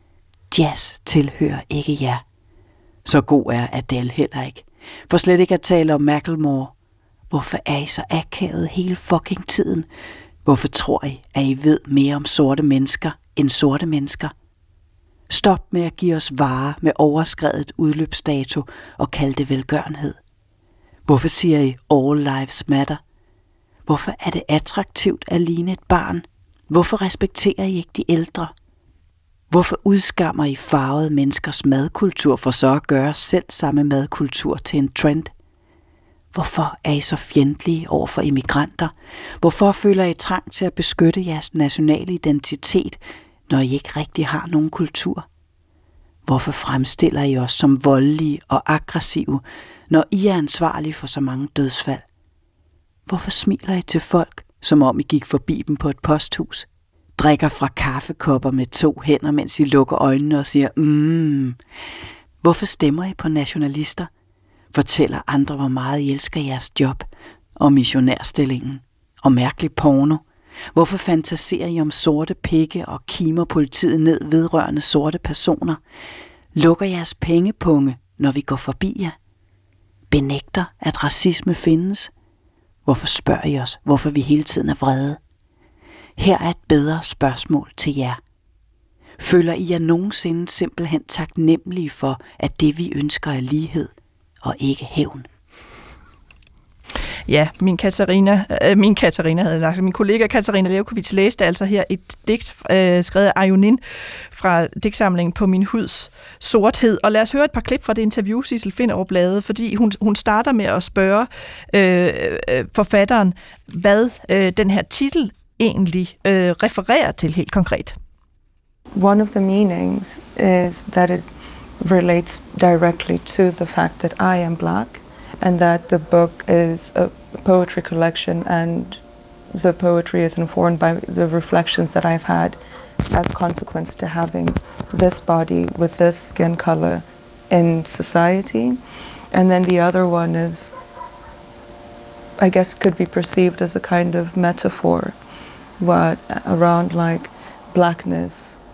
Jazz tilhører ikke jer. Så god er Adele heller ikke. For slet ikke at tale om Macklemore. Hvorfor er I så akavet hele fucking tiden? Hvorfor tror I, at I ved mere om sorte mennesker end sorte mennesker? Stop med at give os varer med overskredet udløbsdato og kalde det velgørenhed. Hvorfor siger I all lives matter? Hvorfor er det attraktivt at ligne et barn? Hvorfor respekterer I ikke de ældre? Hvorfor udskammer I farvede menneskers madkultur for så at gøre selv samme madkultur til en trend? Hvorfor er I så fjendtlige over for immigranter? Hvorfor føler I trang til at beskytte jeres nationale identitet, når I ikke rigtig har nogen kultur? Hvorfor fremstiller I os som voldelige og aggressive, når I er ansvarlige for så mange dødsfald? Hvorfor smiler I til folk, som om I gik forbi dem på et posthus? Drikker fra kaffekopper med to hænder, mens I lukker øjnene og siger, mmm. Hvorfor stemmer I på nationalister? Fortæller andre, hvor meget I elsker jeres job, og missionærstillingen, og mærkelig porno? Hvorfor fantaserer I om sorte pikke og kimer politiet ned vedrørende sorte personer? Lukker jeres pengepunge, når vi går forbi jer? Benægter, at racisme findes? Hvorfor spørger I os, hvorfor vi hele tiden er vrede? Her er et bedre spørgsmål til jer. Føler I jer nogensinde simpelthen taknemmelige for, at det vi ønsker er lighed og ikke hævn? Ja, min Katarina, øh, min Katarina havde sagt, min kollega Katarina Levkovic læste altså her et digt øh, skrevet af Ayonin fra digtsamlingen På min huds sorthed. Og lad os høre et par klip fra det interview, Sissel Finderup lavede, fordi hun, hun starter med at spørge øh, øh, forfatteren, hvad øh, den her titel egentlig øh, refererer til helt konkret. One of the meanings is that it relates directly to the fact that I am black, and that the book is a poetry collection, and the poetry is informed by the reflections that I've had as consequence to having this body with this skin color in society. And then the other one is, I guess, could be perceived as a kind of metaphor, what around like blackness,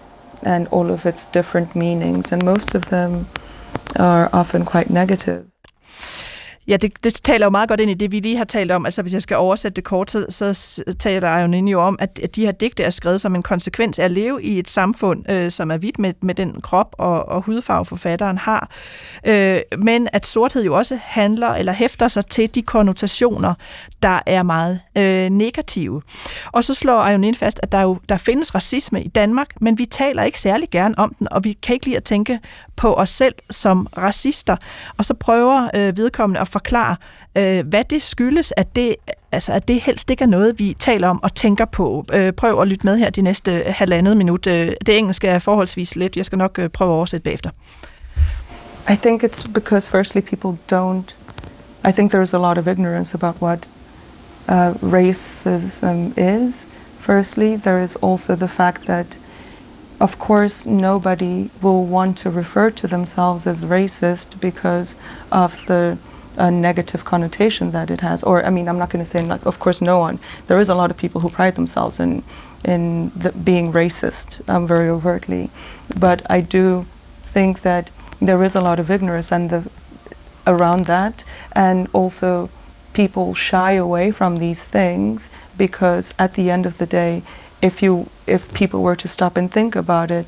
and all of its different meanings, and most of them are often quite negative. Ja, det, det taler jo meget godt ind i det, vi lige har talt om. Altså, hvis jeg skal oversætte det kort, så, så taler Ayonin jo om, at, at de her digte er skrevet som en konsekvens af at leve i et samfund, øh, som er hvidt med, med den krop og, og hudfarve, forfatteren har. Øh, men at sorthed jo også handler eller hæfter sig til de konnotationer, der er meget øh, negative. Og så slår Ayonin fast, at der jo der findes racisme i Danmark, men vi taler ikke særlig gerne om den, og vi kan ikke lide at tænke på os selv som racister. Og så prøver øh, vedkommende at forklare, øh, hvad det skyldes, at det, altså, at det helst ikke er noget, vi taler om og tænker på. Øh, prøv at lytte med her de næste halvandet minut. Øh, det engelske er forholdsvis let. Jeg skal nok øh, prøve at oversætte bagefter. I think it's because firstly people don't, I think there is a lot of ignorance about what uh, racism is. Firstly, there is also the fact that of course, nobody will want to refer to themselves as racist because of the uh, negative connotation that it has. Or, I mean, I'm not going to say, like, of course, no one. There is a lot of people who pride themselves in in the, being racist um, very overtly. But I do think that there is a lot of ignorance and the, around that, and also people shy away from these things because at the end of the day, if you if people were to stop and think about it,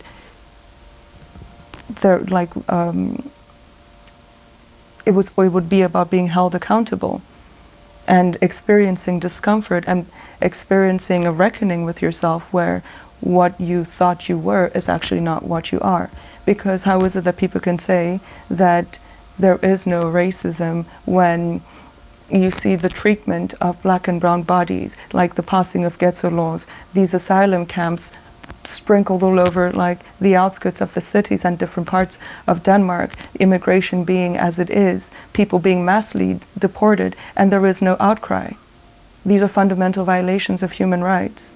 they're like um, it was it would be about being held accountable and experiencing discomfort and experiencing a reckoning with yourself where what you thought you were is actually not what you are. Because how is it that people can say that there is no racism when you see the treatment of black and brown bodies, like the passing of ghetto laws, these asylum camps sprinkled all over like the outskirts of the cities and different parts of Denmark, immigration being as it is, people being massively deported, and there is no outcry. These are fundamental violations of human rights.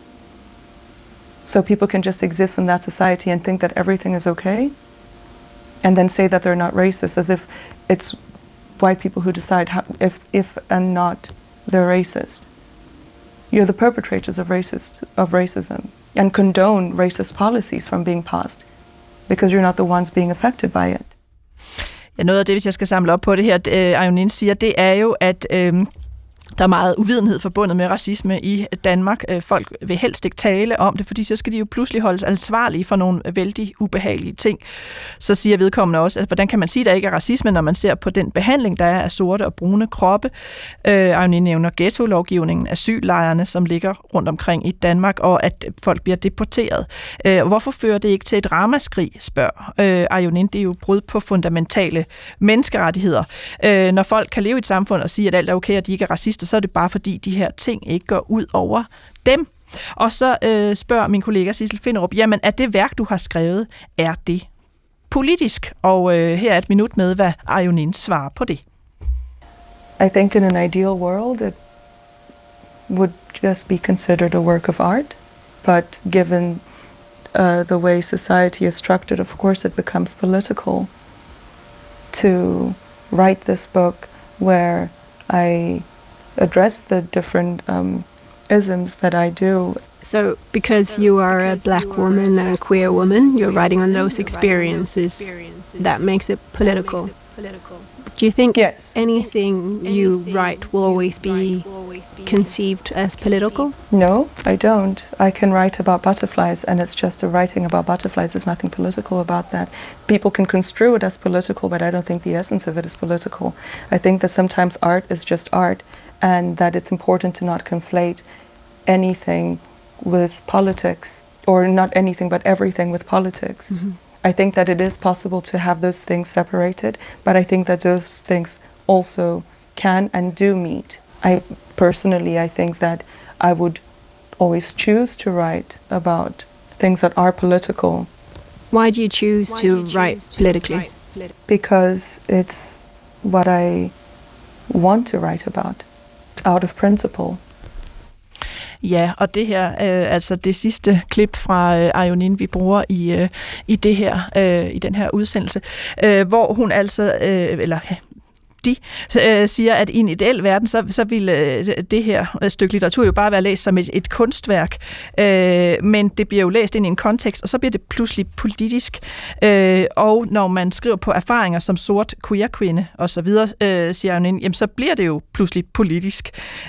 So people can just exist in that society and think that everything is okay, and then say that they're not racist, as if it's white people who decide how, if, if and not they're racist. You're the perpetrators of racist of racism and condone racist policies from being passed because you're not the ones being affected by it. Ja, noget af det, hvis jeg skal samle op på det her, øh, Ayonin siger, det er jo, at øh, der er meget uvidenhed forbundet med racisme i Danmark. Folk vil helst ikke tale om det, fordi så skal de jo pludselig holdes ansvarlige for nogle vældig ubehagelige ting. Så siger vedkommende også, at hvordan kan man sige, at der ikke er racisme, når man ser på den behandling, der er af sorte og brune kroppe. Øh, Ayonin nævner ghetto-lovgivningen, asyllejrene, som ligger rundt omkring i Danmark, og at folk bliver deporteret. Øh, hvorfor fører det ikke til et ramaskrig, spørger øh, Ayonin. Det er jo brud på fundamentale menneskerettigheder. Øh, når folk kan leve i et samfund og sige, at alt er okay, og de ikke er racister, så er det bare fordi, de her ting ikke går ud over dem. Og så øh, spørger min kollega Sissel Finderup, jamen er det værk, du har skrevet, er det politisk? Og øh, her er et minut med, hvad Ayonin svarer på det. I think in an ideal world, it would just be considered a work of art, but given uh, the way society is structured, of course it becomes political to write this book where I address the different um, isms that I do. So, because you are a black woman and a queer woman, you're writing on those experiences, that makes it political. Do you think yes. anything you write will always be conceived as political? No, I don't. I can write about butterflies, and it's just a writing about butterflies. There's nothing political about that. People can construe it as political, but I don't think the essence of it is political. I think that sometimes art is just art, and that it's important to not conflate anything with politics, or not anything, but everything with politics. Mm-hmm. I think that it is possible to have those things separated, but I think that those things also can and do meet. I personally, I think that I would always choose to write about things that are political. Why do you choose to you choose write to politically? Write politi- because it's what I want to write about, out of principle. Ja, og det her, øh, altså det sidste klip fra øh, Ayonin, vi bruger i øh, i det her øh, i den her udsendelse, øh, hvor hun altså øh, eller de øh, siger, at i en ideel verden, så, så ville øh, det her stykke litteratur jo bare være læst som et, et kunstværk, øh, men det bliver jo læst ind i en kontekst, og så bliver det pludselig politisk. Øh, og når man skriver på erfaringer som sort queer-kvinde osv., øh, siger hun, jamen så bliver det jo pludselig politisk.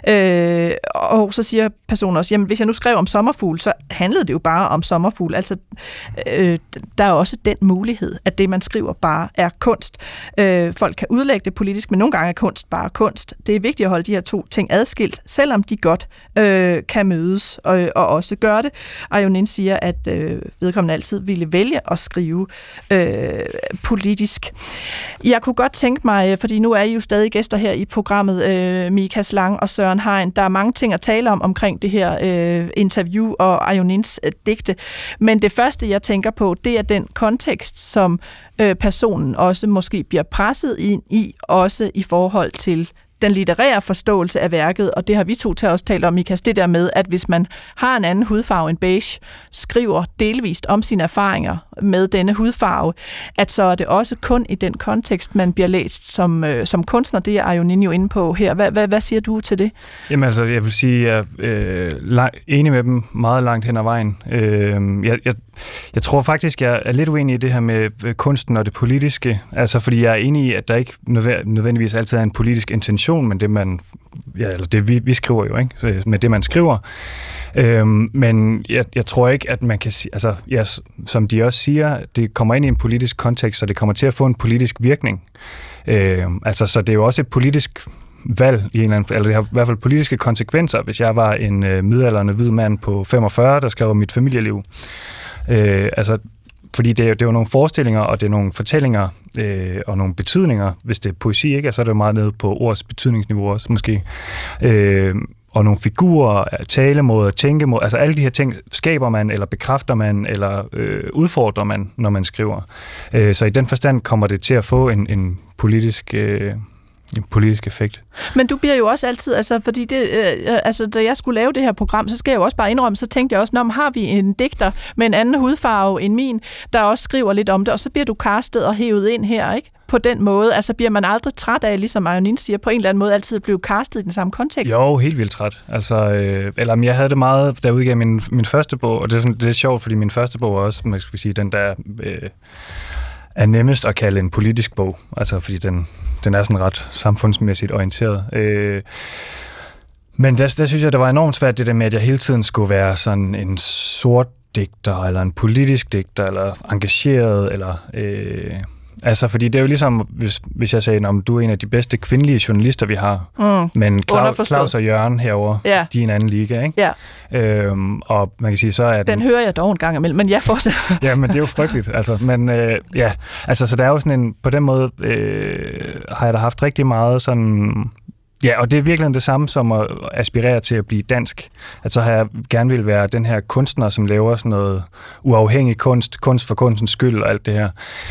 Øh, og så siger personen også, jamen hvis jeg nu skrev om sommerfugl, så handlede det jo bare om sommerfugl. Altså, øh, der er også den mulighed, at det, man skriver, bare er kunst. Øh, folk kan udlægge det politisk, men nogle gange er kunst bare kunst. Det er vigtigt at holde de her to ting adskilt, selvom de godt øh, kan mødes og, og også gøre det. Ayonin siger, at øh, vedkommende altid ville vælge at skrive øh, politisk. Jeg kunne godt tænke mig, fordi nu er I jo stadig gæster her i programmet, øh, Mika Slang og Søren Hein. Der er mange ting at tale om omkring det her øh, interview og Ayonins øh, digte. Men det første, jeg tænker på, det er den kontekst, som øh, personen også måske bliver presset ind i, også i forhold til den litterære forståelse af værket, og det har vi to til også talt om, Mikas, det der med, at hvis man har en anden hudfarve end beige, skriver delvist om sine erfaringer med denne hudfarve, at så er det også kun i den kontekst, man bliver læst som, øh, som kunstner. Det er Ayonin jo inde på her. Hvad, hvad, hvad siger du til det? Jamen altså, jeg vil sige, at jeg er øh, lang, enig med dem meget langt hen ad vejen. Øh, jeg, jeg, jeg tror faktisk, jeg er lidt uenig i det her med kunsten og det politiske, altså fordi jeg er enig i, at der ikke nødvendigvis altid er en politisk intention, men det man, ja, eller det vi, vi skriver jo, ikke? Med det man skriver. Øhm, men jeg, jeg tror ikke, at man kan sige, altså, ja, som de også siger, det kommer ind i en politisk kontekst, så det kommer til at få en politisk virkning. Øhm, altså, så det er jo også et politisk valg i en eller anden, eller det har i hvert fald politiske konsekvenser, hvis jeg var en øh, midaldrende hvid mand på femogfyrre, der skrev mit familieliv. Øh, altså, fordi det er, det er jo nogle forestillinger, og det er nogle fortællinger, øh, og nogle betydninger. Hvis det er poesi, ikke, så er det meget nede på ords betydningsniveau også, måske. Øh, og nogle figurer, talemåder, tænkemåder, altså alle de her ting skaber man, eller bekræfter man, eller øh, udfordrer man, når man skriver. Øh, så i den forstand kommer det til at få en, en politisk... Øh, en politisk effekt. Men du bliver jo også altid, altså fordi det, øh, altså da jeg skulle lave det her program, så skal jeg jo også bare indrømme, så tænkte jeg også, når har vi en digter med en anden hudfarve end min, der også skriver lidt om det, og så bliver du castet og hævet ind her, ikke? På den måde, altså bliver man aldrig træt af, ligesom Ayonin siger, på en eller anden måde altid blive castet i den samme kontekst? Jo, helt vildt træt. Altså, øh, eller jeg havde det meget, da jeg udgav min, min første bog, og det er, sådan, det er sjovt, fordi min første bog også, man skal sige, den der... Øh, er nemmest at kalde en politisk bog, altså fordi den, den er sådan ret samfundsmæssigt orienteret. Øh, men der, der synes jeg, det var enormt svært det der med, at jeg hele tiden skulle være sådan en sort digter, eller en politisk digter, eller engageret, eller... Øh, altså, fordi det er jo ligesom, hvis, hvis jeg sagde, om du er en af de bedste kvindelige journalister, vi har, mm. men Claus, Claus og Jørgen herover, ja. De er en anden liga, ikke? Ja. Øhm, og man kan sige, så er den... Den hører jeg dog en gang imellem, men jeg fortsætter. Ja, men det er jo frygteligt, altså. Men øh, ja, altså, så der er jo sådan en... På den måde øh, har jeg da haft rigtig meget sådan... Ja, og det er virkelig det samme som at aspirere til at blive dansk. At så har jeg gerne vil være den her kunstner, som laver sådan noget uafhængig kunst, kunst for kunstens skyld og alt det her.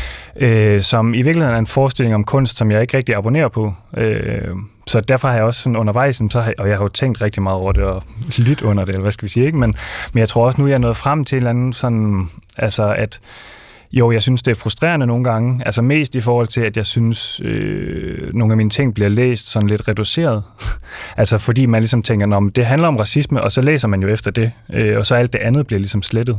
Øh, som i virkeligheden er en forestilling om kunst, som jeg ikke rigtig abonnerer på. Øh, så derfor har jeg også sådan undervejs, så har, og jeg har jo tænkt rigtig meget over det, og lidt under det, eller hvad skal vi sige, ikke? Men, men jeg tror også, nu er jeg nået frem til en eller anden sådan, altså at jo, jeg synes, det er frustrerende nogle gange. Altså mest i forhold til, at jeg synes, øh, nogle af mine ting bliver læst sådan lidt reduceret. Altså fordi man ligesom tænker, at det handler om racisme, og så læser man jo efter det. Øh, og så alt det andet bliver ligesom slettet.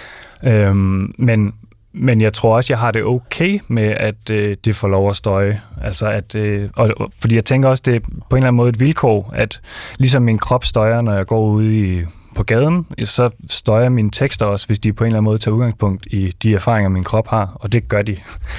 Øh, men, men jeg tror også, jeg har det okay med, at øh, det får lov at støje. Altså at, øh, og, og, fordi jeg tænker også, det er på en eller anden måde et vilkår, at ligesom min krop støjer, når jeg går ude i... på gaden, så støjer mine tekster også, hvis de på en eller anden måde tager udgangspunkt i de erfaringer, min krop har, og det gør de.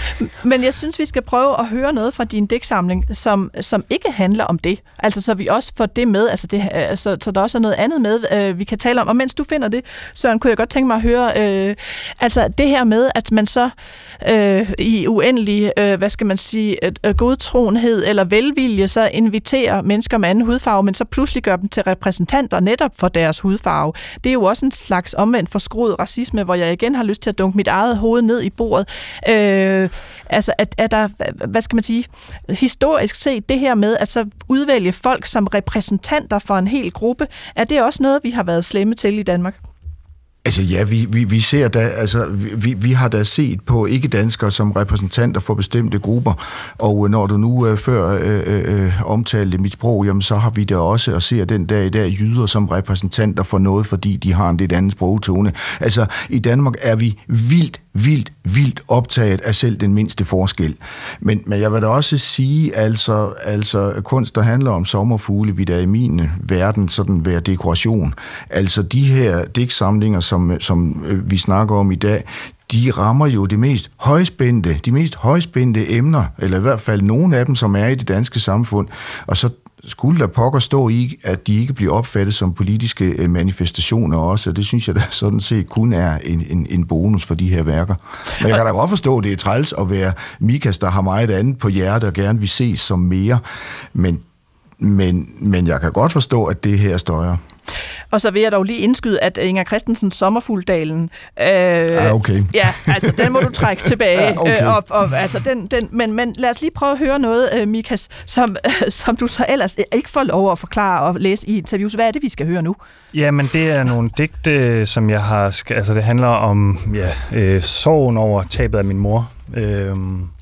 Men jeg synes, vi skal prøve at høre noget fra din digtsamling, som, som ikke handler om det. Altså, så vi også får det med, altså det, så, så der også er noget andet med, øh, vi kan tale om. Og mens du finder det, Søren, kunne jeg godt tænke mig at høre, øh, altså det her med, at man så øh, i uendelig, øh, hvad skal man sige, øh, godtroenhed eller velvilje, så inviterer mennesker med anden hudfarve, men så pludselig gør dem til repræsentanter netop for deres hudfarve. Det er jo også en slags omvendt forskruet racisme, hvor jeg igen har lyst til at dunke mit eget hoved ned i bordet. Øh, altså, at, at der, hvad skal man sige, historisk set det her med at så udvælge folk som repræsentanter for en hel gruppe, er det også noget, vi har været slemme til i Danmark? Altså ja, vi, vi, vi ser da, altså vi, vi har da set på ikke-danskere som repræsentanter for bestemte grupper, og når du nu øh, før øh, øh, omtalte mit sprog, jamen så har vi da også, og ser den dag i dag, jyder som repræsentanter for noget, fordi de har en lidt anden sprogtone. Altså i Danmark er vi vildt, vildt, vildt optaget af selv den mindste forskel. Men, men jeg vil da også sige, altså, altså kunst, der handler om sommerfugle, vil da i min verden sådan være dekoration. Altså de her digtsamlinger, som, som vi snakker om i dag, de rammer jo det mest højspændte, de mest højspændte emner, eller i hvert fald nogle af dem, som er i det danske samfund, og så skulle der pokker stå i, at de ikke bliver opfattet som politiske manifestationer også, og det synes jeg da sådan set kun er en, en, en bonus for de her værker. Men jeg kan da godt forstå, at det er træls at være Mikas, der har meget andet på hjertet og gerne vil ses som mere, men, men, men jeg kan godt forstå, at det her støjer. Og så vil jeg dog lige indskyde, at Inger Christensens Sommerfugldalen, øh, ah, okay. ja, altså den må du trække tilbage. Ah, okay. øh, og, og, altså, den, den, men, men lad os lige prøve at høre noget, øh, Mikas, som, øh, som du så ellers ikke får lov at forklare og læse i interviews. Hvad er det, vi skal høre nu? Jamen, det er nogle digte, som jeg har... Altså, det handler om ja, øh, sorgen over tabet af min mor. Øh,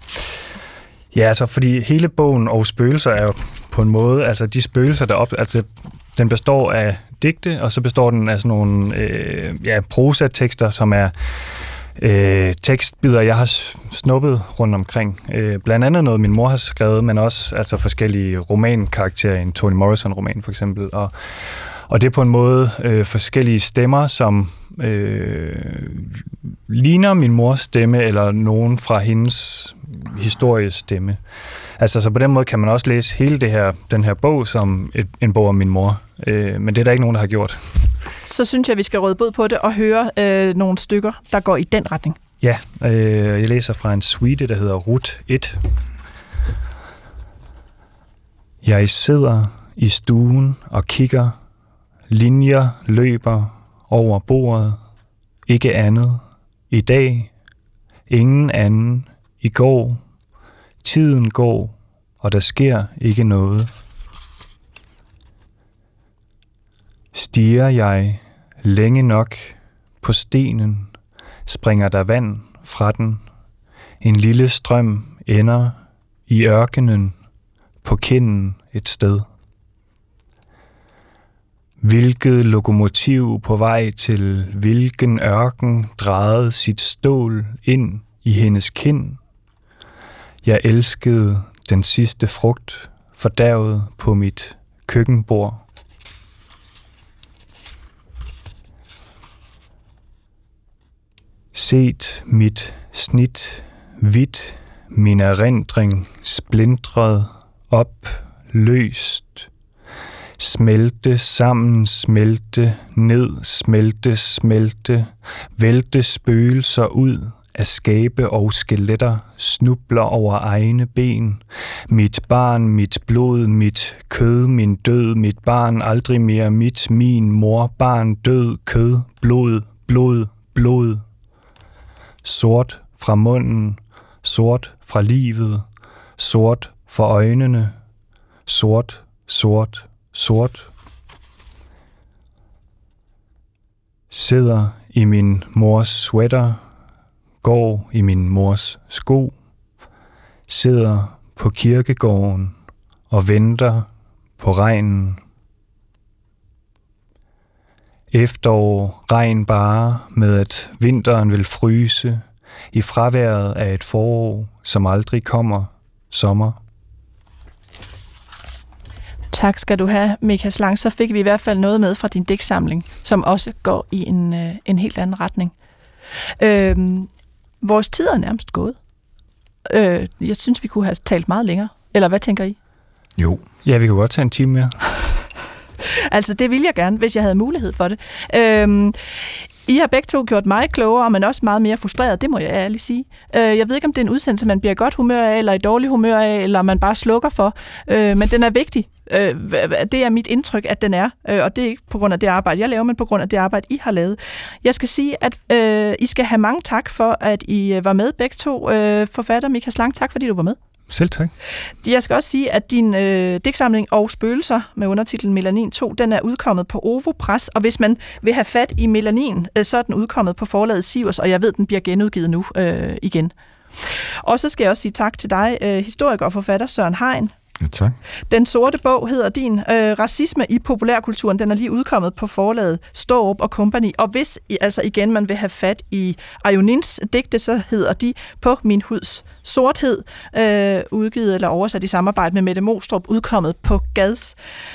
ja, altså, fordi hele bogen og spøgelser er jo på en måde... Altså, de spøgelser, der op... Altså, den består af digte, og så består den af sådan nogle øh, ja, prosatekster, som er øh, tekstbider, jeg har snuppet rundt omkring. Øh, blandt andet noget, min mor har skrevet, men også altså, forskellige romankarakterer, en Toni Morrison-roman for eksempel. Og, og det er på en måde øh, forskellige stemmer, som øh, ligner min mors stemme, eller nogen fra hendes historiestemme. Altså, så på den måde kan man også læse hele det her, den her bog som et, en bog om min mor. Øh, men det er der ikke nogen, der har gjort. Så synes jeg, vi skal råde bod på det og høre øh, nogle stykker, der går i den retning. Ja, øh, jeg læser fra en suite, der hedder Rut et. Jeg sidder i stuen og kigger. Linjer løber over bordet. Ikke andet. I dag. Ingen anden. I går. Tiden går, og der sker ikke noget. Stiger jeg længe nok på stenen, springer der vand fra den. En lille strøm ender i ørkenen på kinden et sted. Hvilket lokomotiv på vej til hvilken ørken drejede sit stål ind i hendes kind? Jeg elskede den sidste frugt, fordærvet på mit køkkenbord. Set mit snit hvidt, min erindring splintret op, løst. Smelte sammen, smelte ned, smelte, smelte, vælte spøgelser ud af skabe og skeletter, snubler over egne ben. Mit barn, mit blod, mit kød, min død, mit barn, aldrig mere mit, min mor, barn, død, kød, blod, blod, blod. Sort fra munden, sort fra livet, sort for øjnene, sort, sort, sort. Sidder i min mors sweater, går i min mors sko, sidder på kirkegården og venter på regnen. Efterår, regn bare med, at vinteren vil fryse i fraværet af et forår, som aldrig kommer, sommer. Tak skal du have, Mikas Lang. Så fik vi i hvert fald noget med fra din digtsamling, som også går i en, en helt anden retning. Øhm, vores tid er nærmest gået. Øh, jeg synes, vi kunne have talt meget længere. Eller hvad tænker I? Jo. Ja, vi kunne godt tage en time mere. Altså, det ville jeg gerne, hvis jeg havde mulighed for det. Øhm, I har begge to gjort mig klogere, men også meget mere frustreret, det må jeg ærligt sige. Øh, jeg ved ikke, om det er en udsendelse, man bliver i godt humør af, eller i dårlig humør af, eller man bare slukker for. Øh, men den er vigtig. Øh, det er mit indtryk, at den er. Øh, og det er ikke på grund af det arbejde, jeg laver, men på grund af det arbejde, I har lavet. Jeg skal sige, at øh, I skal have mange tak for, at I var med begge to. Øh, forfatter Mikas Lang, tak fordi du var med. Selv tak. Jeg skal også sige, at din øh, digtsamling Og Spøgelser med undertitlen Melanin to, den er udkommet på Ovo Press, og hvis man vil have fat i Melanin, øh, så er den udkommet på forlaget Sivers, og jeg ved, den bliver genudgivet nu øh, igen. Og så skal jeg også sige tak til dig, øh, historiker og forfatter Søren Hein. Ja, tak. Den sorte bog hedder din. Øh, Racisme i populærkulturen, den er lige udkommet på forlaget Staarup og Company. Og hvis altså igen man vil have fat i Ayonins digte, så hedder de På min huds sorthed, øh, udgivet eller oversat i samarbejde med Mette Mostrup, udkommet på Gads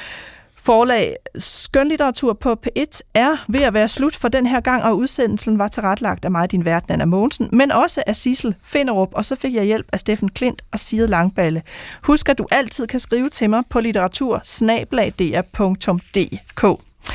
forlag. Skønlitteratur på P et er ved at være slut for den her gang, og udsendelsen var tilrettelagt af mig, din vært, Nanna Mogensen, men også af Sissel Finderup, og så fik jeg hjælp af Steffen Klint og Sigrid Langballe. Husk, at du altid kan skrive til mig på litteratur snabel-a d r punktum d k.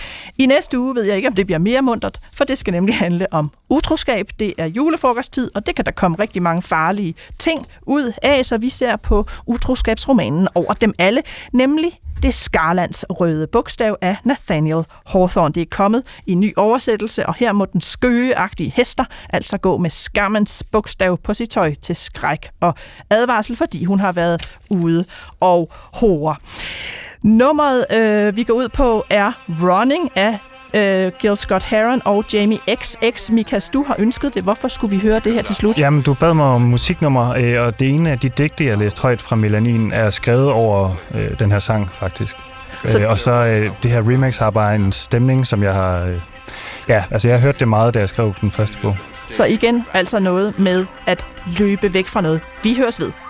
I næste uge ved jeg ikke, om det bliver mere muntert, for det skal nemlig handle om utroskab. Det er julefrokosttid, og det kan der komme rigtig mange farlige ting ud af, så vi ser på utroskabsromanen Over dem alle, nemlig Det Skarlands røde bogstav af Nathaniel Hawthorne. Det er kommet i en ny oversættelse, og her må den skøgeagtige hester altså gå med skammens bogstav på sit tøj til skræk og advarsel, fordi hun har været ude og hore. Nummeret, øh, vi går ud på, er Running af øh, Gil Scott-Heron og Jamie X X. Mikas, du har ønsket det. Hvorfor skulle vi høre det her til slut? Jamen, du bad mig om musiknummer, øh, og det ene af de digte, jeg læste højt fra Melanin, er skrevet over øh, den her sang, faktisk. Så... Øh, og så øh, det her remix har bare en stemning, som jeg har... Øh, ja, altså jeg har hørt det meget, da jeg skrev den første bog. Så igen, altså noget med at løbe væk fra noget. Vi høres ved.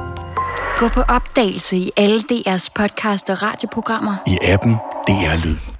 Gå på opdagelse i alle D R's podcast og radioprogrammer. I appen D R Lyd.